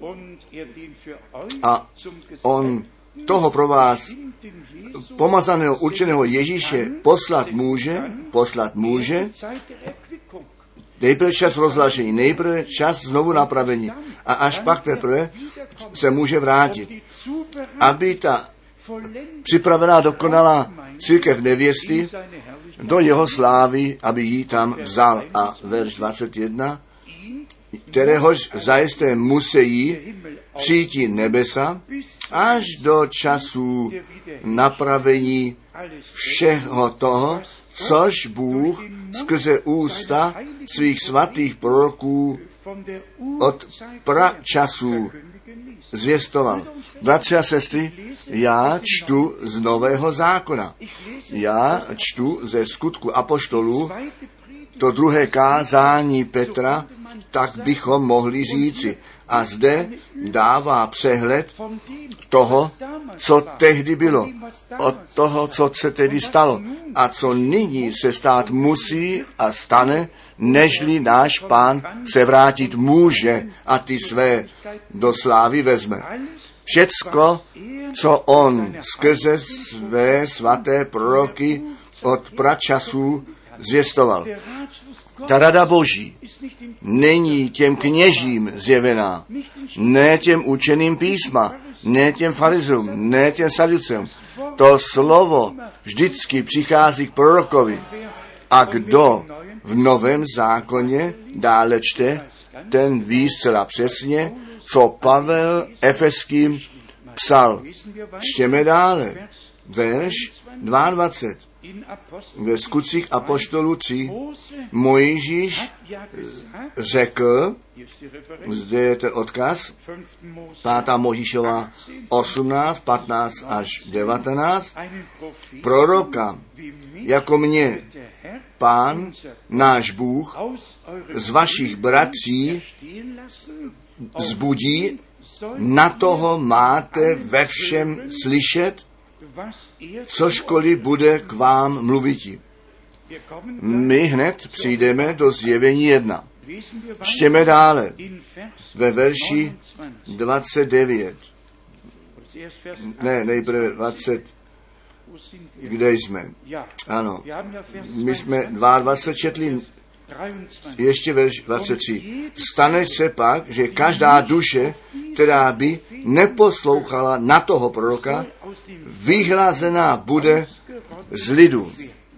a on toho pro vás pomazaného určeného Ježíše poslat může, poslat může, nejprve čas rozlažení, nejprve čas znovu napravení a až pak teprve se může vrátit, aby ta připravená dokonalá církev nevěsty do jeho slávy, aby ji tam vzal. A verš dvacet jedna, kteréhož zajisté musí přijít nebesa až do času napravení všeho toho, což Bůh skrze ústa svých svatých proroků od pračasů zvěstoval. Bratři a sestry, já čtu z Nového zákona. Já čtu ze Skutku apoštolů to druhé kázání Petra, tak bychom mohli říci. A zde dává přehled toho, co tehdy bylo, od toho, co se tehdy stalo a co nyní se stát musí a stane, nežli náš Pán se vrátit může a ty své do slávy vezme. Všecko, co on skrze své svaté proroky od pračasů zvěstoval. Ta rada Boží není těm kněžím zjevená, ne těm učeným písma, ne těm farizům, ne těm saducům. To slovo vždycky přichází k prorokovi. A kdo v Novém zákoně dále čte, ten ví zcela přesně, co Pavel Efeským psal. Čtěme dále. Verš dvacet dva. Ve Skutcích apoštolů tři Mojžíš řekl, zde je ten odkaz, pátá Mojžíšova osmnáct, patnáct až devatenáct, proroka jako mě, Pán, náš Bůh, z vašich bratří zbudí, na toho máte ve všem slyšet, cožkoliv bude k vám mluviti. My hned přijdeme do zjevení jedna. Čtěme dále ve verši dvacet devět. Ne, nejprve dvacet. Kde jsme? Ano. My jsme dvacet dva četli, ještě verš dvacet tři. Stane se pak, že každá duše, která by neposlouchala na toho proroka, vyhlazená bude z lidu.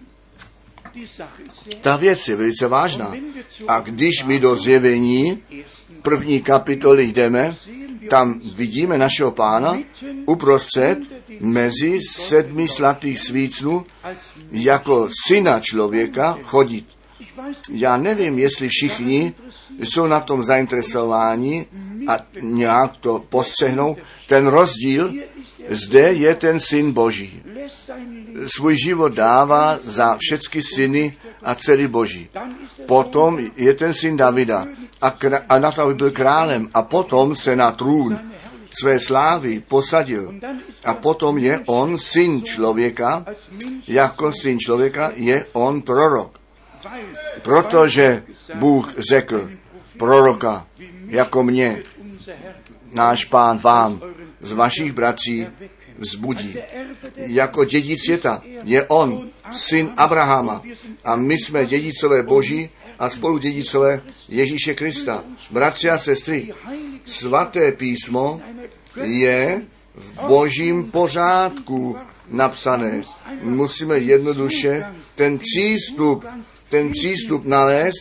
Ta věc je velice vážná. A když my do zjevení první kapitoly jdeme, tam vidíme našeho Pána uprostřed mezi sedmi slatých svícnů jako syna člověka chodit. Já nevím, jestli všichni jsou na tom zainteresováni a nějak to postřehnou. Ten rozdíl, zde je ten syn Boží. Svůj život dává za všechny syny a dcery Boží. Potom je ten syn Davida a, kr- a na to byl králem a potom se na trůn své slávy posadil. A potom je on syn člověka, jako syn člověka je on prorok. Protože Bůh řekl proroka jako mě, náš Pán vám z vašich bratří vzbudí. Jako dědic světa je on, syn Abrahama. A my jsme dědicové Boží a spolu dědicové Ježíše Krista. Bratři a sestry, svaté písmo je v Božím pořádku napsané. Musíme jednoduše ten přístup, ten přístup nalézt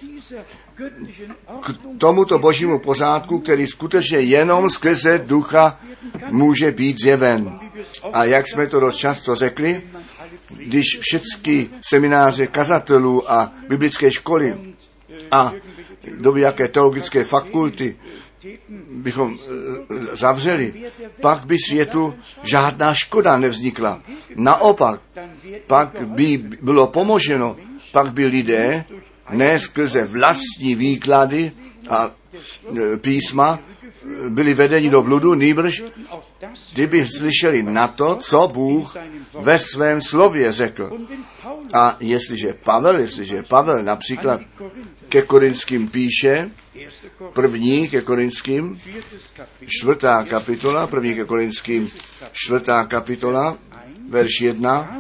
k tomuto Božímu pořádku, který skutečně jenom skrze ducha může být zjeven. A jak jsme to dost často řekli, když všechny semináře kazatelů a biblické školy a kdo ví, jaké teologické fakulty bychom zavřeli, pak by světu žádná škoda nevznikla. Naopak, pak by bylo pomoženo, pak by lidé ne skrze vlastní výklady a písma byli vedeni do bludu, nýbrž kdyby slyšeli na to, co Bůh ve svém slově řekl. A jestliže Pavel, jestliže Pavel například ke Korinským píše, první ke Korinským, čtvrtá kapitola, první ke Korinským, čtvrtá kapitola, verš jedna,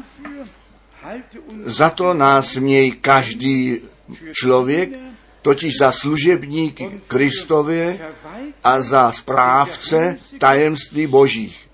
za to nás měj každý člověk, totiž za služebníky Kristově a za správce tajemství Božích.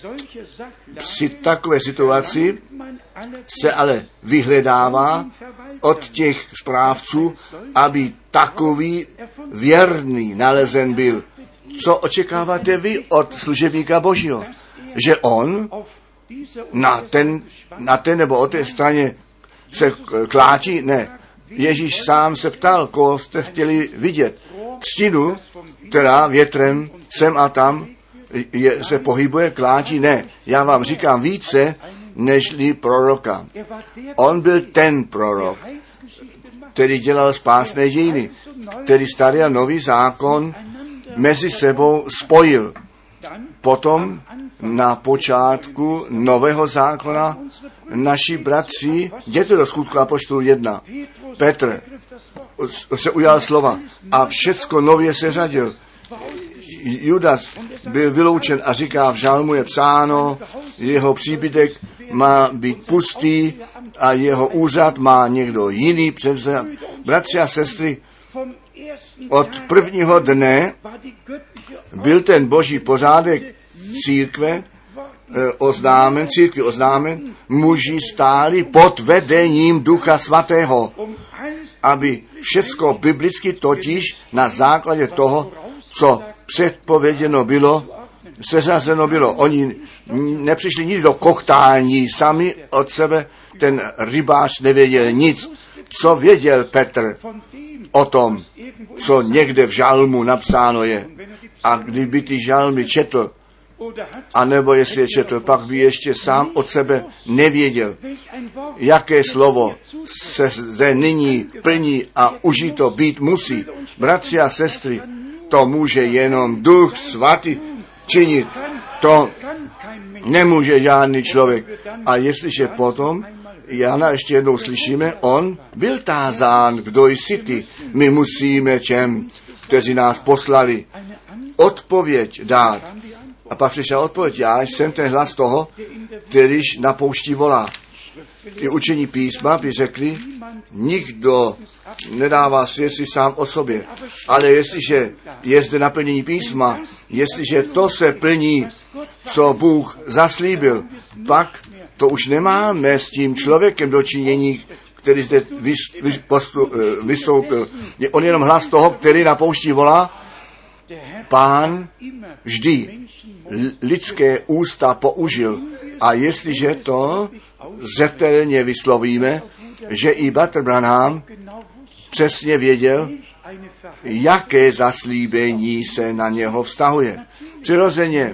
Při takové situaci se ale vyhledává od těch správců, aby takový věrný nalezen byl. Co očekáváte vy od služebníka Božího? Že on na ten, na ten nebo o té straně se klátí? Ne. Ježíš sám se ptal, koho jste chtěli vidět. Třtinu, která větrem sem a tam je, se pohybuje, klátí? Ne. Já vám říkám více, nežli proroka. On byl ten prorok, který dělal spásné dějiny. který starý a nový zákon mezi sebou spojil. Potom na počátku nového zákona naši bratři, jděte do Skutku apoštolů jedna, Petr se ujal slova a všecko nově se řadil. Judas byl vyloučen a říká, v žalmu je psáno, jeho příbytek má být pustý a jeho úřad má někdo jiný převzat. Bratři a sestry, od prvního dne byl ten boží pořádek církve e, oznámen, církvi oznámen, muži stáli pod vedením Ducha Svatého, aby všecko biblicky totiž na základě toho, co předpověděno bylo, seřazeno bylo. Oni nepřišli nikdy do kochtání sami od sebe, ten rybář nevěděl nic. Co věděl Petr o tom, co někde v žalmu napsáno je. A kdyby ty žalmy četl, anebo jestli je četl, pak by ještě sám od sebe nevěděl, jaké slovo se zde nyní plní a užito být musí. Bratři a sestry, to může jenom Duch Svatý činit. To nemůže žádný člověk. A jestliže potom Jana ještě jednou slyšíme, on byl tázán, kdo jsi ty. My musíme těm, kteří nás poslali, odpověď dát. A pak přišla odpověď, já jsem ten hlas toho, kterýž na poušti volá. I učení písma by řekli, nikdo nedává svědectví sám o sobě. Ale jestliže je zde naplnění písma, jestliže to se plní, co Bůh zaslíbil, pak to už nemáme s tím člověkem dočinění, který zde vystoupil. Je on jenom hlas toho, který na poušti volá. Pán vždy lidské ústa použil. A jestliže to zřetelně vyslovíme, že i bratr Branham přesně věděl, jaké zaslíbení se na něho vztahuje. Přirozeně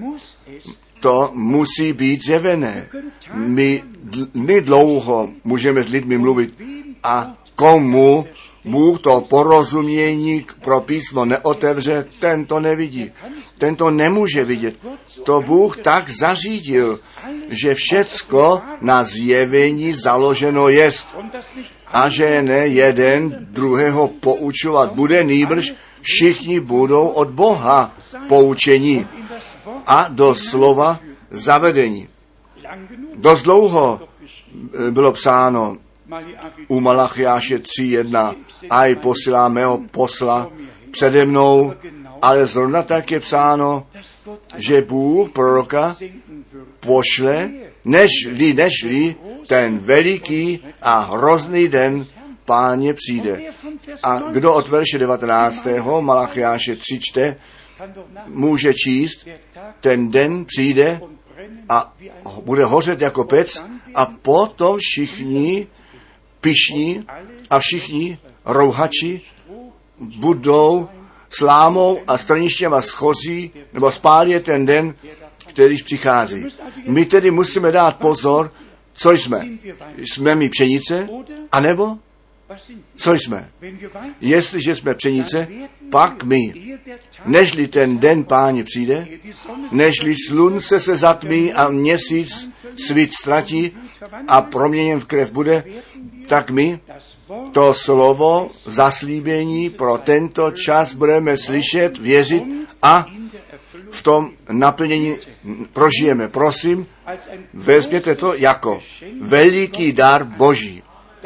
to musí být zjevené. My nedlouho můžeme s lidmi mluvit a komu Bůh to porozumění pro písmo neotevře, ten to nevidí. Ten to nemůže vidět. To Bůh tak zařídil, že všecko na zjevení založeno jest. A že ne jeden druhého poučovat bude, nýbrž všichni budou od Boha poučení a do slova zavedení. Dost dlouho bylo psáno u Malachiáše tři jedna, aj posílá mého posla přede mnou, ale zrovna tak je psáno, že Bůh proroka pošle, nežli, nežli ten veliký a hrozný den Páně přijde. A kdo od verše devatenáctého Malachiáše tři čte, může číst, ten den přijde a bude hořet jako pec a potom všichni pyšní a všichni rouhači budou slámou a strništěm a schoří nebo spálí ten den, kterýž přichází. My tedy musíme dát pozor, co jsme. Jsme my pšenice, anebo co jsme. Jestliže jsme pšenice, pak my, nežli ten den Páně přijde, nežli slunce se zatmí a měsíc svít ztratí a proměněn v krev bude, tak my to slovo zaslíbení pro tento čas budeme slyšet, věřit a v tom naplnění prožijeme. Prosím, vezměte to jako veliký dar Boží.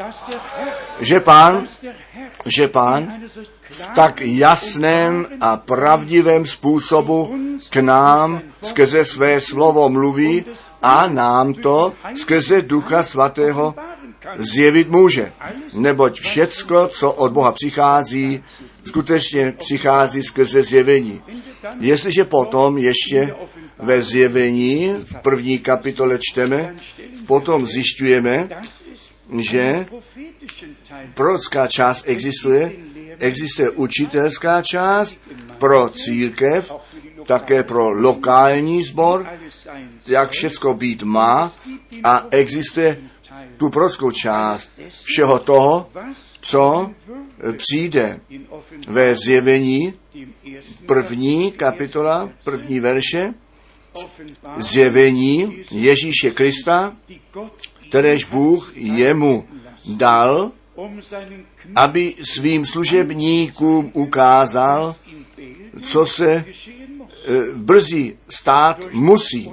Že Pán, že Pán v tak jasném a pravdivém způsobu k nám skrze své slovo mluví a nám to skrze Ducha Svatého zjevit může. Neboť všecko, co od Boha přichází, skutečně přichází skrze zjevení. Jestliže potom ještě ve zjevení v první kapitole čteme, potom zjišťujeme, že prorocká část existuje, existuje učitelská část pro církev, také pro lokální sbor, jak všecko být má, a existuje tu prorockou část všeho toho, co přijde ve Zjevení, první kapitola, první verše, Zjevení Ježíše Krista, kteréž Bůh jemu dal, aby svým služebníkům ukázal, co se e, brzy stát musí.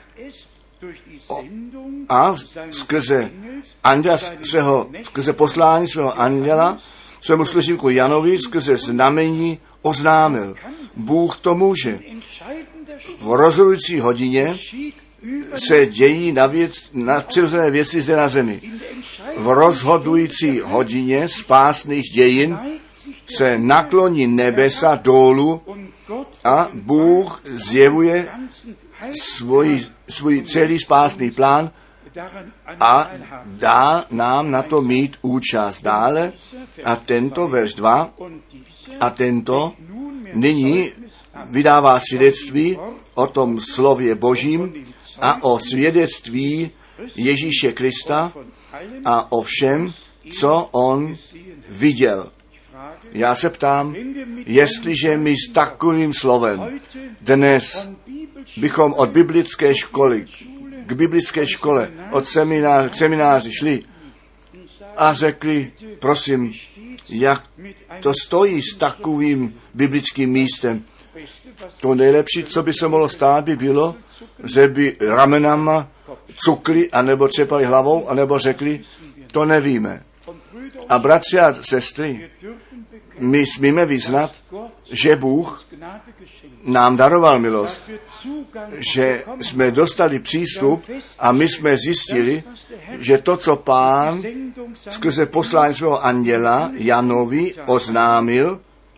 O, a skrze, anděla svého, skrze poslání svého anděla, svému služebníku Janovi, skrze znamení oznámil. Bůh to může. V rozhodující hodině se dějí na, věc, na přirozené věci zde na zemi. V rozhodující hodině spásných dějin se nakloní nebesa dolů a Bůh zjevuje svůj, svůj celý spásný plán a dá nám na to mít účast. Dále a tento verš dva a tento nyní vydává svědectví o tom slově Božím a o svědectví Ježíše Krista a o všem, co on viděl. Já se ptám, jestliže my s takovým slovem dnes bychom od biblické školy k biblické škole, od seminář, k semináři šli a řekli, prosím, jak to stojí s takovým biblickým místem. To nejlepší, co by se mohlo stát, by bylo, že by ramenama cukli, anebo třepali hlavou, anebo řekli, to nevíme. A bratři a sestry, my smíme vyznat, že Bůh nám daroval milost, že jsme dostali přístup a my jsme zjistili, že to, co Pán skrze poslání svého anděla Janovi oznámil,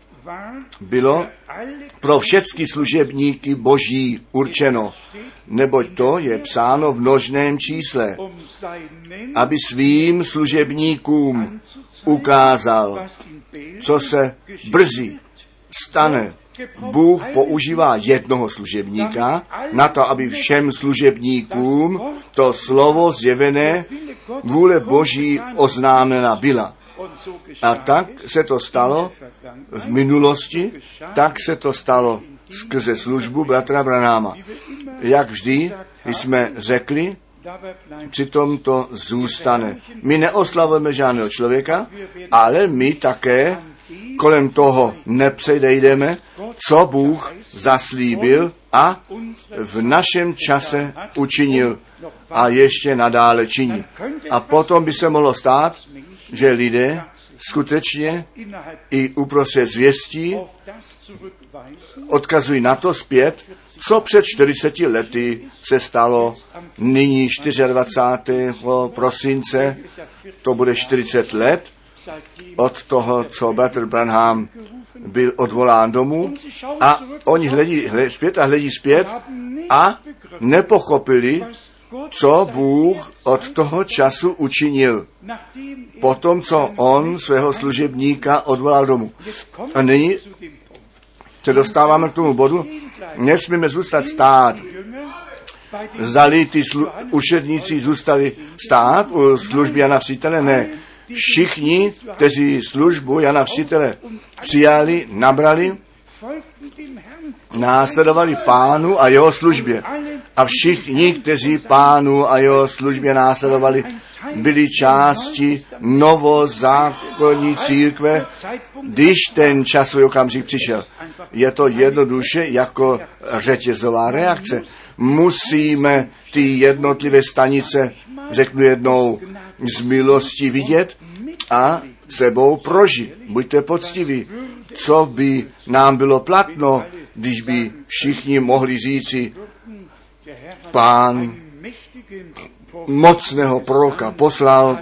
bylo pro všechny služebníky Boží určeno, neboť to je psáno v množném čísle, aby svým služebníkům ukázal, co se brzy stane. Bůh používá jednoho služebníka na to, aby všem služebníkům to slovo zjevené vůle Boží oznámena byla. A tak se to stalo v minulosti, tak se to stalo skrze službu bratra Branhama. Jak vždy jsme řekli, přitom to zůstane. My neoslavujeme žádného člověka, ale my také kolem toho nepředejdeme, co Bůh zaslíbil a v našem čase učinil a ještě nadále činí. A potom by se mohlo stát, že lidé skutečně i uprostřed zvěstí odkazují na to zpět, co před čtyřiceti lety se stalo nyní dvacátého čtvrtého prosince, to bude čtyřicet let od toho, co bratr Branham byl odvolán domů a oni hledí, hledí zpět a hledí zpět a nepochopili, co Bůh od toho času učinil. Potom, co on svého služebníka odvolal domů. A nyní se dostáváme k tomu bodu, nesmíme zůstat stát. Zdali ty slu- učedníci zůstali stát u služby Jana Křtitele? Ne. Všichni, kteří službu Jana Křtitele přijali, nabrali, následovali Pánu a jeho službě. A všichni, kteří Pánu a jeho službě následovali, byli části novozákonní církve, když ten časový okamžik přišel. Je to jednoduše jako řetězová reakce. Musíme ty jednotlivé stanice, řeknu jednou, z milosti vidět a sebou prožít. Buďte poctiví. Co by nám bylo platno, když by všichni mohli říci, Pán mocného proroka poslal,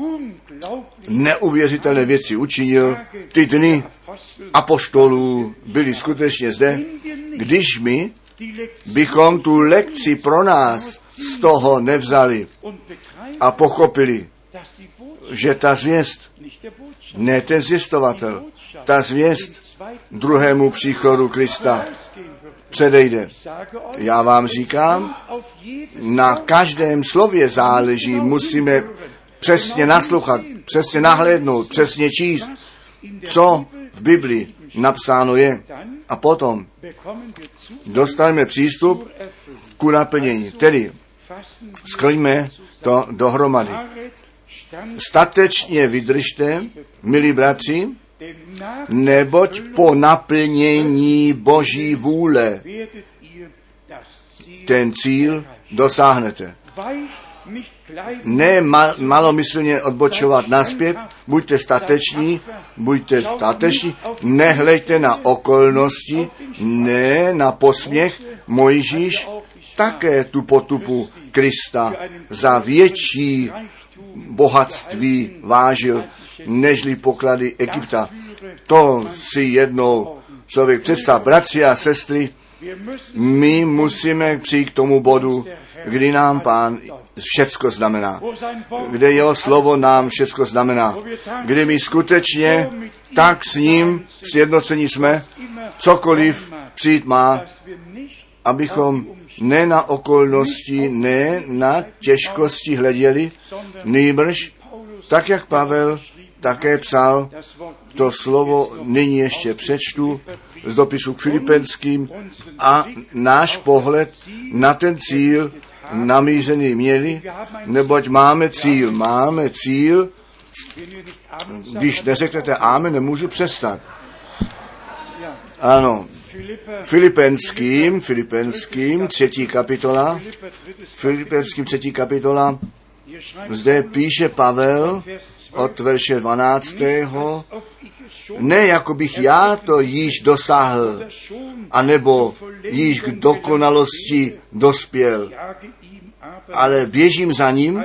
neuvěřitelné věci učinil, ty dny apoštolů byly skutečně zde, když my bychom tu lekci pro nás z toho nevzali a pochopili, že ta zvěst, ne ten zjistovatel, ta zvěst druhému příchodu Krista předejde. Já vám říkám, na každém slově záleží, musíme přesně naslouchat, přesně nahlédnout, přesně číst, co v Biblii napsáno je. A potom dostaneme přístup ku naplnění. Tedy sklejme to dohromady. Statečně vydržte, milí bratři, neboť po naplnění Boží vůle ten cíl dosáhnete. Ne ma- malomyslně odbočovat naspět, buďte stateční, buďte stateční, nehleďte na okolnosti, ne na posměch. Mojžíš také tu potupu Krista za větší bohatství vážil, nežli poklady Egypta. To si jednou člověk představ. Bratři a sestry, my musíme přijít k tomu bodu, kdy nám Pán všecko znamená. Kde jeho slovo nám všecko znamená. Kdy my skutečně tak s ním sjednocení jsme, cokoliv přijít má, abychom ne na okolnosti, ne na těžkosti hleděli, nýbrž, tak jak Pavel také psal, to slovo nyní ještě přečtu z dopisu k Filipenským, a náš pohled na ten cíl namířený měli, neboť máme cíl, máme cíl, když neřeknete amen, nemůžu přestat. Ano, Filipenským, Filipenským, třetí kapitola, Filipenským třetí kapitola, zde píše Pavel od verše dvanáctého Ne, jako bych já to již dosáhl, anebo již k dokonalosti dospěl, ale běžím za ním,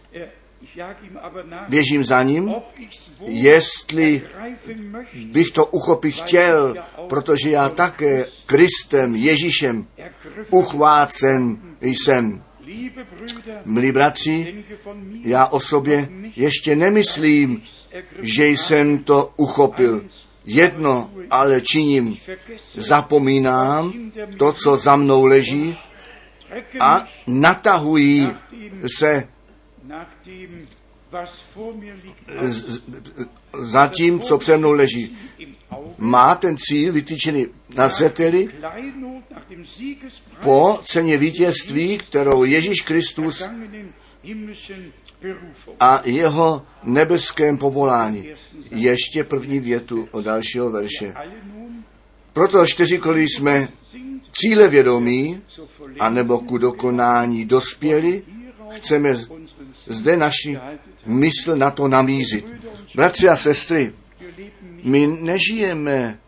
běžím za ním, jestli bych to uchopit chtěl, protože já také Kristem, Ježíšem uchvácen jsem. Milí bratři, já o sobě ještě nemyslím, že jsem to uchopil. Jedno ale činím, zapomínám to, co za mnou leží, a natahují se za tím, co přede mnou leží. Má ten cíl vytyčený na zřeteli po ceně vítězství, kterou Ježíš Kristus a jeho nebeském povolání. Ještě první větu od dalšího verše. Proto čtyřikoliv jsme cíle vědomí, anebo ku dokonání dospěli, chceme zde naši mysl na to namířit. Bratři a sestry, my nežijeme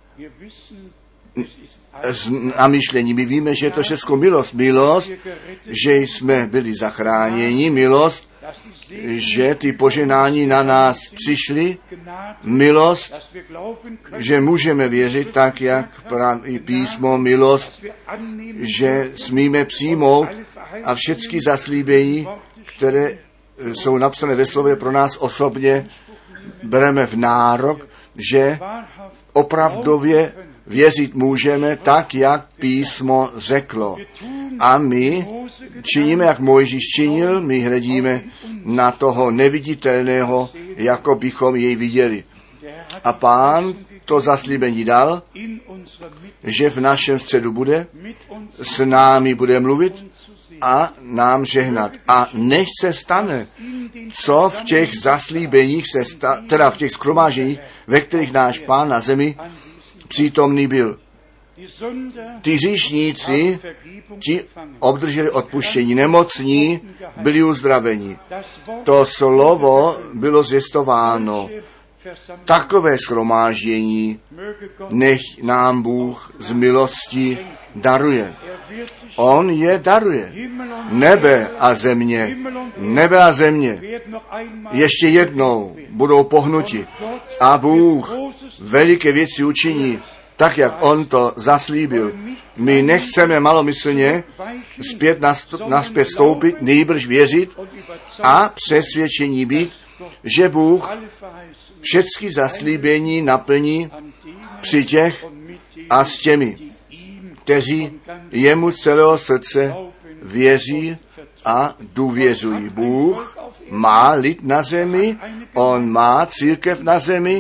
z namyšlení. My víme, že je to všechno milost. Milost, že jsme byli zachráněni. Milost, že ty poženání na nás přišly. Milost, že můžeme věřit tak, jak praví písmo. Milost, že smíme přijmout a všechny zaslíbení, které jsou napsané ve slově pro nás osobně, bereme v nárok, že opravdově věřit můžeme tak, jak písmo řeklo. A my činíme, jak Mojžíš činil, my hledíme na toho neviditelného, jako bychom jej viděli. A Pán to zaslíbení dal, že v našem středu bude, s námi bude mluvit a nám žehnat. A nech se stane, co v těch zaslíbeních, se sta, teda v těch shromáženích, ve kterých náš Pán na zemi přítomný byl. Ty hříšníci, ti obdrželi odpuštění, nemocní byli uzdraveni. To slovo bylo zvěstováno. Takové shromáždění nech nám Bůh z milosti daruje. On je daruje. Nebe a země, nebe a země ještě jednou budou pohnuti. A Bůh veliké věci učiní, tak, jak on to zaslíbil. My nechceme malomyslně zpět naspět stoupit, nejbrž věřit a přesvědčení být, že Bůh všechny zaslíbení naplní při těch a s těmi, kteří jemu z celého srdce věří a důvěřují. Bůh má lid na zemi, on má církev na zemi,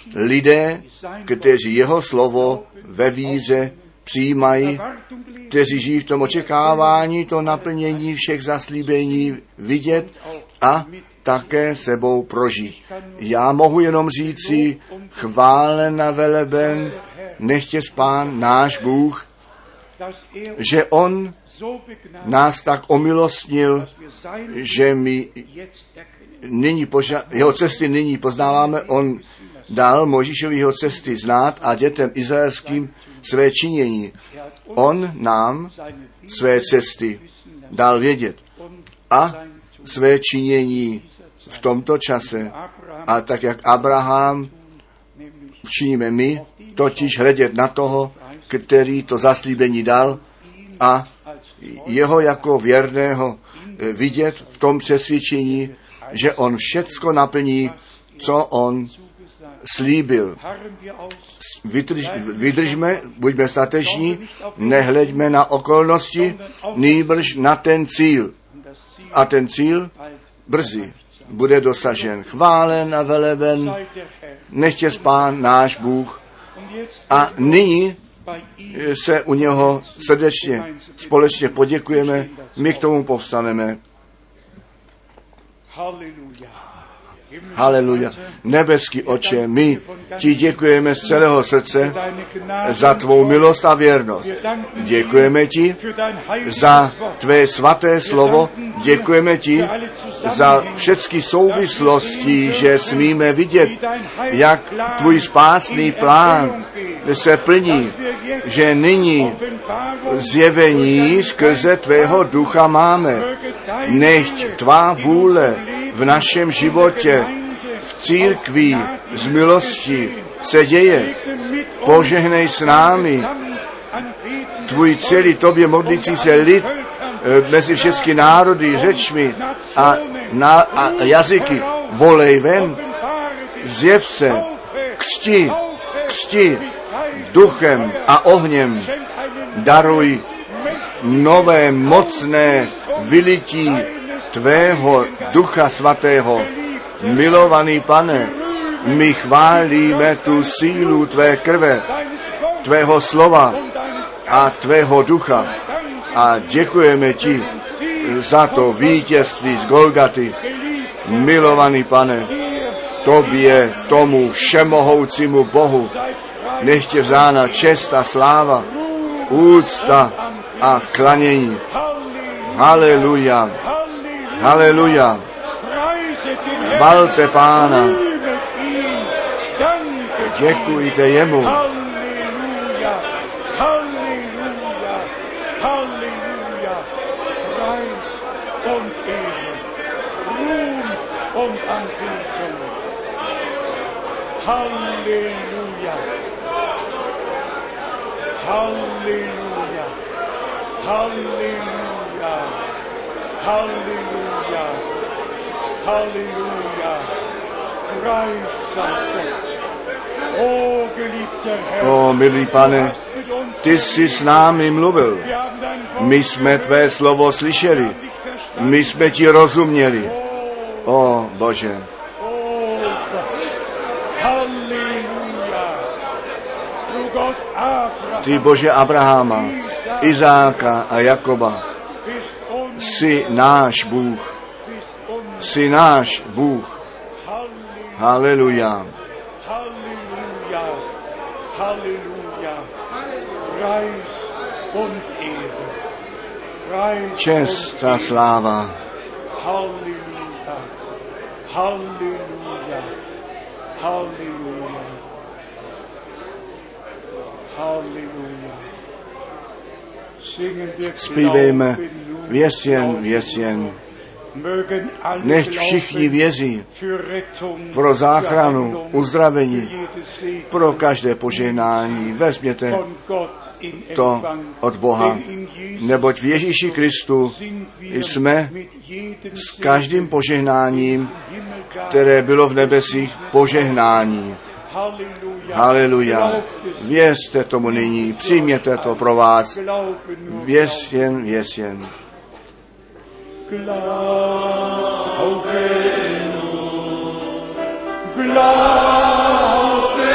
lidé, kteří jeho slovo ve víře přijímají, kteří žijí v tom očekávání, to naplnění všech zaslíbení vidět a také sebou prožít. Já mohu jenom říci, chválen a veleben, nechtěs Pán náš Bůh, že on nás tak omilostnil, že my nyní poža- jeho cesty nyní poznáváme. On dal Mojžíšovi jeho cesty znát a dětem izraelským své činění. On nám své cesty dal vědět a své činění v tomto čase. A tak, jak Abraham činíme my, totiž hledět na toho, který to zaslíbení dal a jeho jako věrného vidět v tom přesvědčení, že on všecko naplní, co on slíbil. Vydrž, vydržme, buďme stateční, nehleďme na okolnosti, nýbrž na ten cíl. A ten cíl brzy bude dosažen. Chválen a veleben, nechtěs Pán náš Bůh. A nyní se u něho srdečně společně poděkujeme, my k tomu povstaneme. Haleluja. Nebeský Otče, my ti děkujeme z celého srdce za tvou milost a věrnost. Děkujeme ti za tvé svaté slovo. Děkujeme ti za všechny souvislosti, že smíme vidět, jak tvůj spásný plán se plní, že nyní zjevení skrze tvého ducha máme. Nechť tvá vůle v našem životě, v církvi, z milosti se děje. Požehnej s námi tvůj celý tobě modlící se lid mezi všechny národy, řečmi a, na, a jazyky. Volej ven, zjev se, křti, křti duchem a ohněm. Daruj nové mocné vylití tvého ducha svatého. Milovaný Pane, my chválíme tu sílu tvé krve, tvého slova a tvého ducha a děkujeme ti za to vítězství z Golgaty. Milovaný Pane, tobě, tomu všemohoucímu Bohu, nech tě vzána čest a sláva, úcta a klanění. Haleluja, haleluja. Chvalte Pána, děkujte jemu. Halleluja, Halleluja, Halleluja, Preis und Ehre, Ruhm und Anbetung. Halleluja, Halleluja, Halleluja, Halleluja, Halleluja, Preis sei Gott. O, geliebter Herr, O, milý Pane, ty jsi s námi mluvil. My jsme tvé slovo slyšeli. My jsme ti rozuměli. O, Bože. Ty, Bože Abrahama, Izáka a Jakoba, jsi náš Bůh. Jsi náš Bůh. Haleluja. Halleluja, Halleluja, Preis und Ehre, Preis Čest a und sláva. Halleluja, Halleluja, Halleluja, Halleluja. Singen wir Zpívejme Glauben nun, věsjen, Glauben věsjen. nun. Mögen alle Nechť všichni glauben věří für Rettung, pro záchranu, Heilung, uzdravení, für jede Segnung, pro každé požehnání. Vezměte von Gott in to Empfang, od Boha, denn in Jesus neboť v Ježíši Kristu sind wir jsme mit jedem s každým Segen požehnáním, im Himmel gar které bylo v nebesích, požehnání. Halleluja. Haleluja. Glaubt es, Věřte tomu nyní, přijměte to pro vás. glaube nur, Věř jen, věř jen. glaube nur, glaube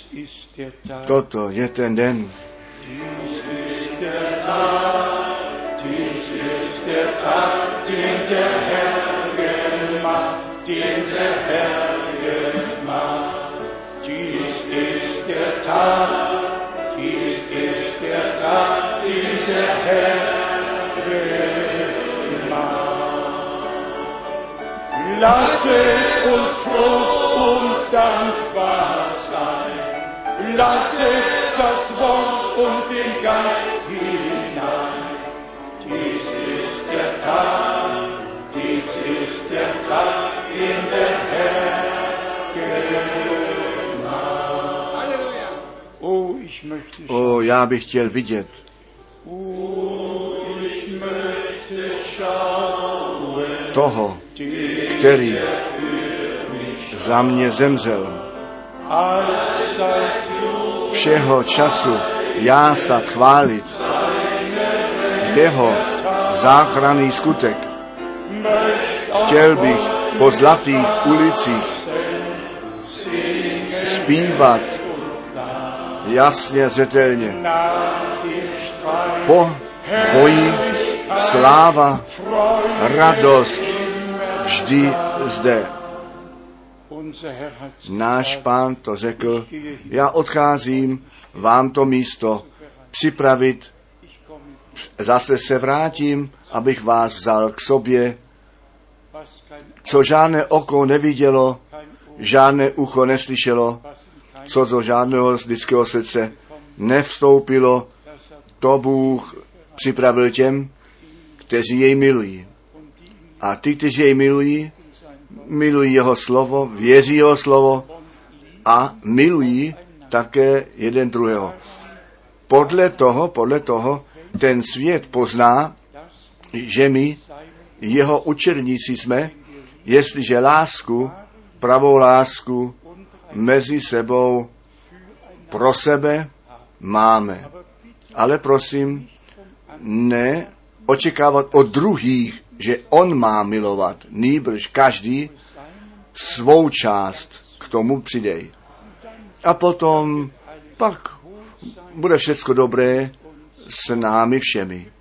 Toto je ten den. Lasset uns froh und dankbar sein. Lasset das Wort und den Geist hinein. Dies ist der Tag, dies ist der Tag, den der Herr gemacht. Halleluja. Oh, ich möchte schauen. O, já bych chtěl vidět. Oh, ich möchte schauen. Toho, který za mě zemřel. Všeho času jásat, chválit jeho záchranný skutek. Chtěl bych po zlatých ulicích zpívat jasně, zřetelně. Po boji sláva, radost, vždy zde. Náš Pán to řekl, já odcházím vám to místo připravit, zase se vrátím, abych vás vzal k sobě, co žádné oko nevidělo, žádné ucho neslyšelo, co do žádného lidského srdce nevstoupilo, to Bůh připravil těm, kteří jej milují. A ty, kteří jej milují, milují jeho slovo, věří jeho slovo a milují také jeden druhého. Podle toho, podle toho, ten svět pozná, že my jeho učedníci jsme, jestliže lásku, pravou lásku mezi sebou pro sebe máme. Ale prosím, ne očekávat od druhých, že on má milovat, nýbrž každý svou část k tomu přidej. A potom pak bude všecko dobré s námi všemi.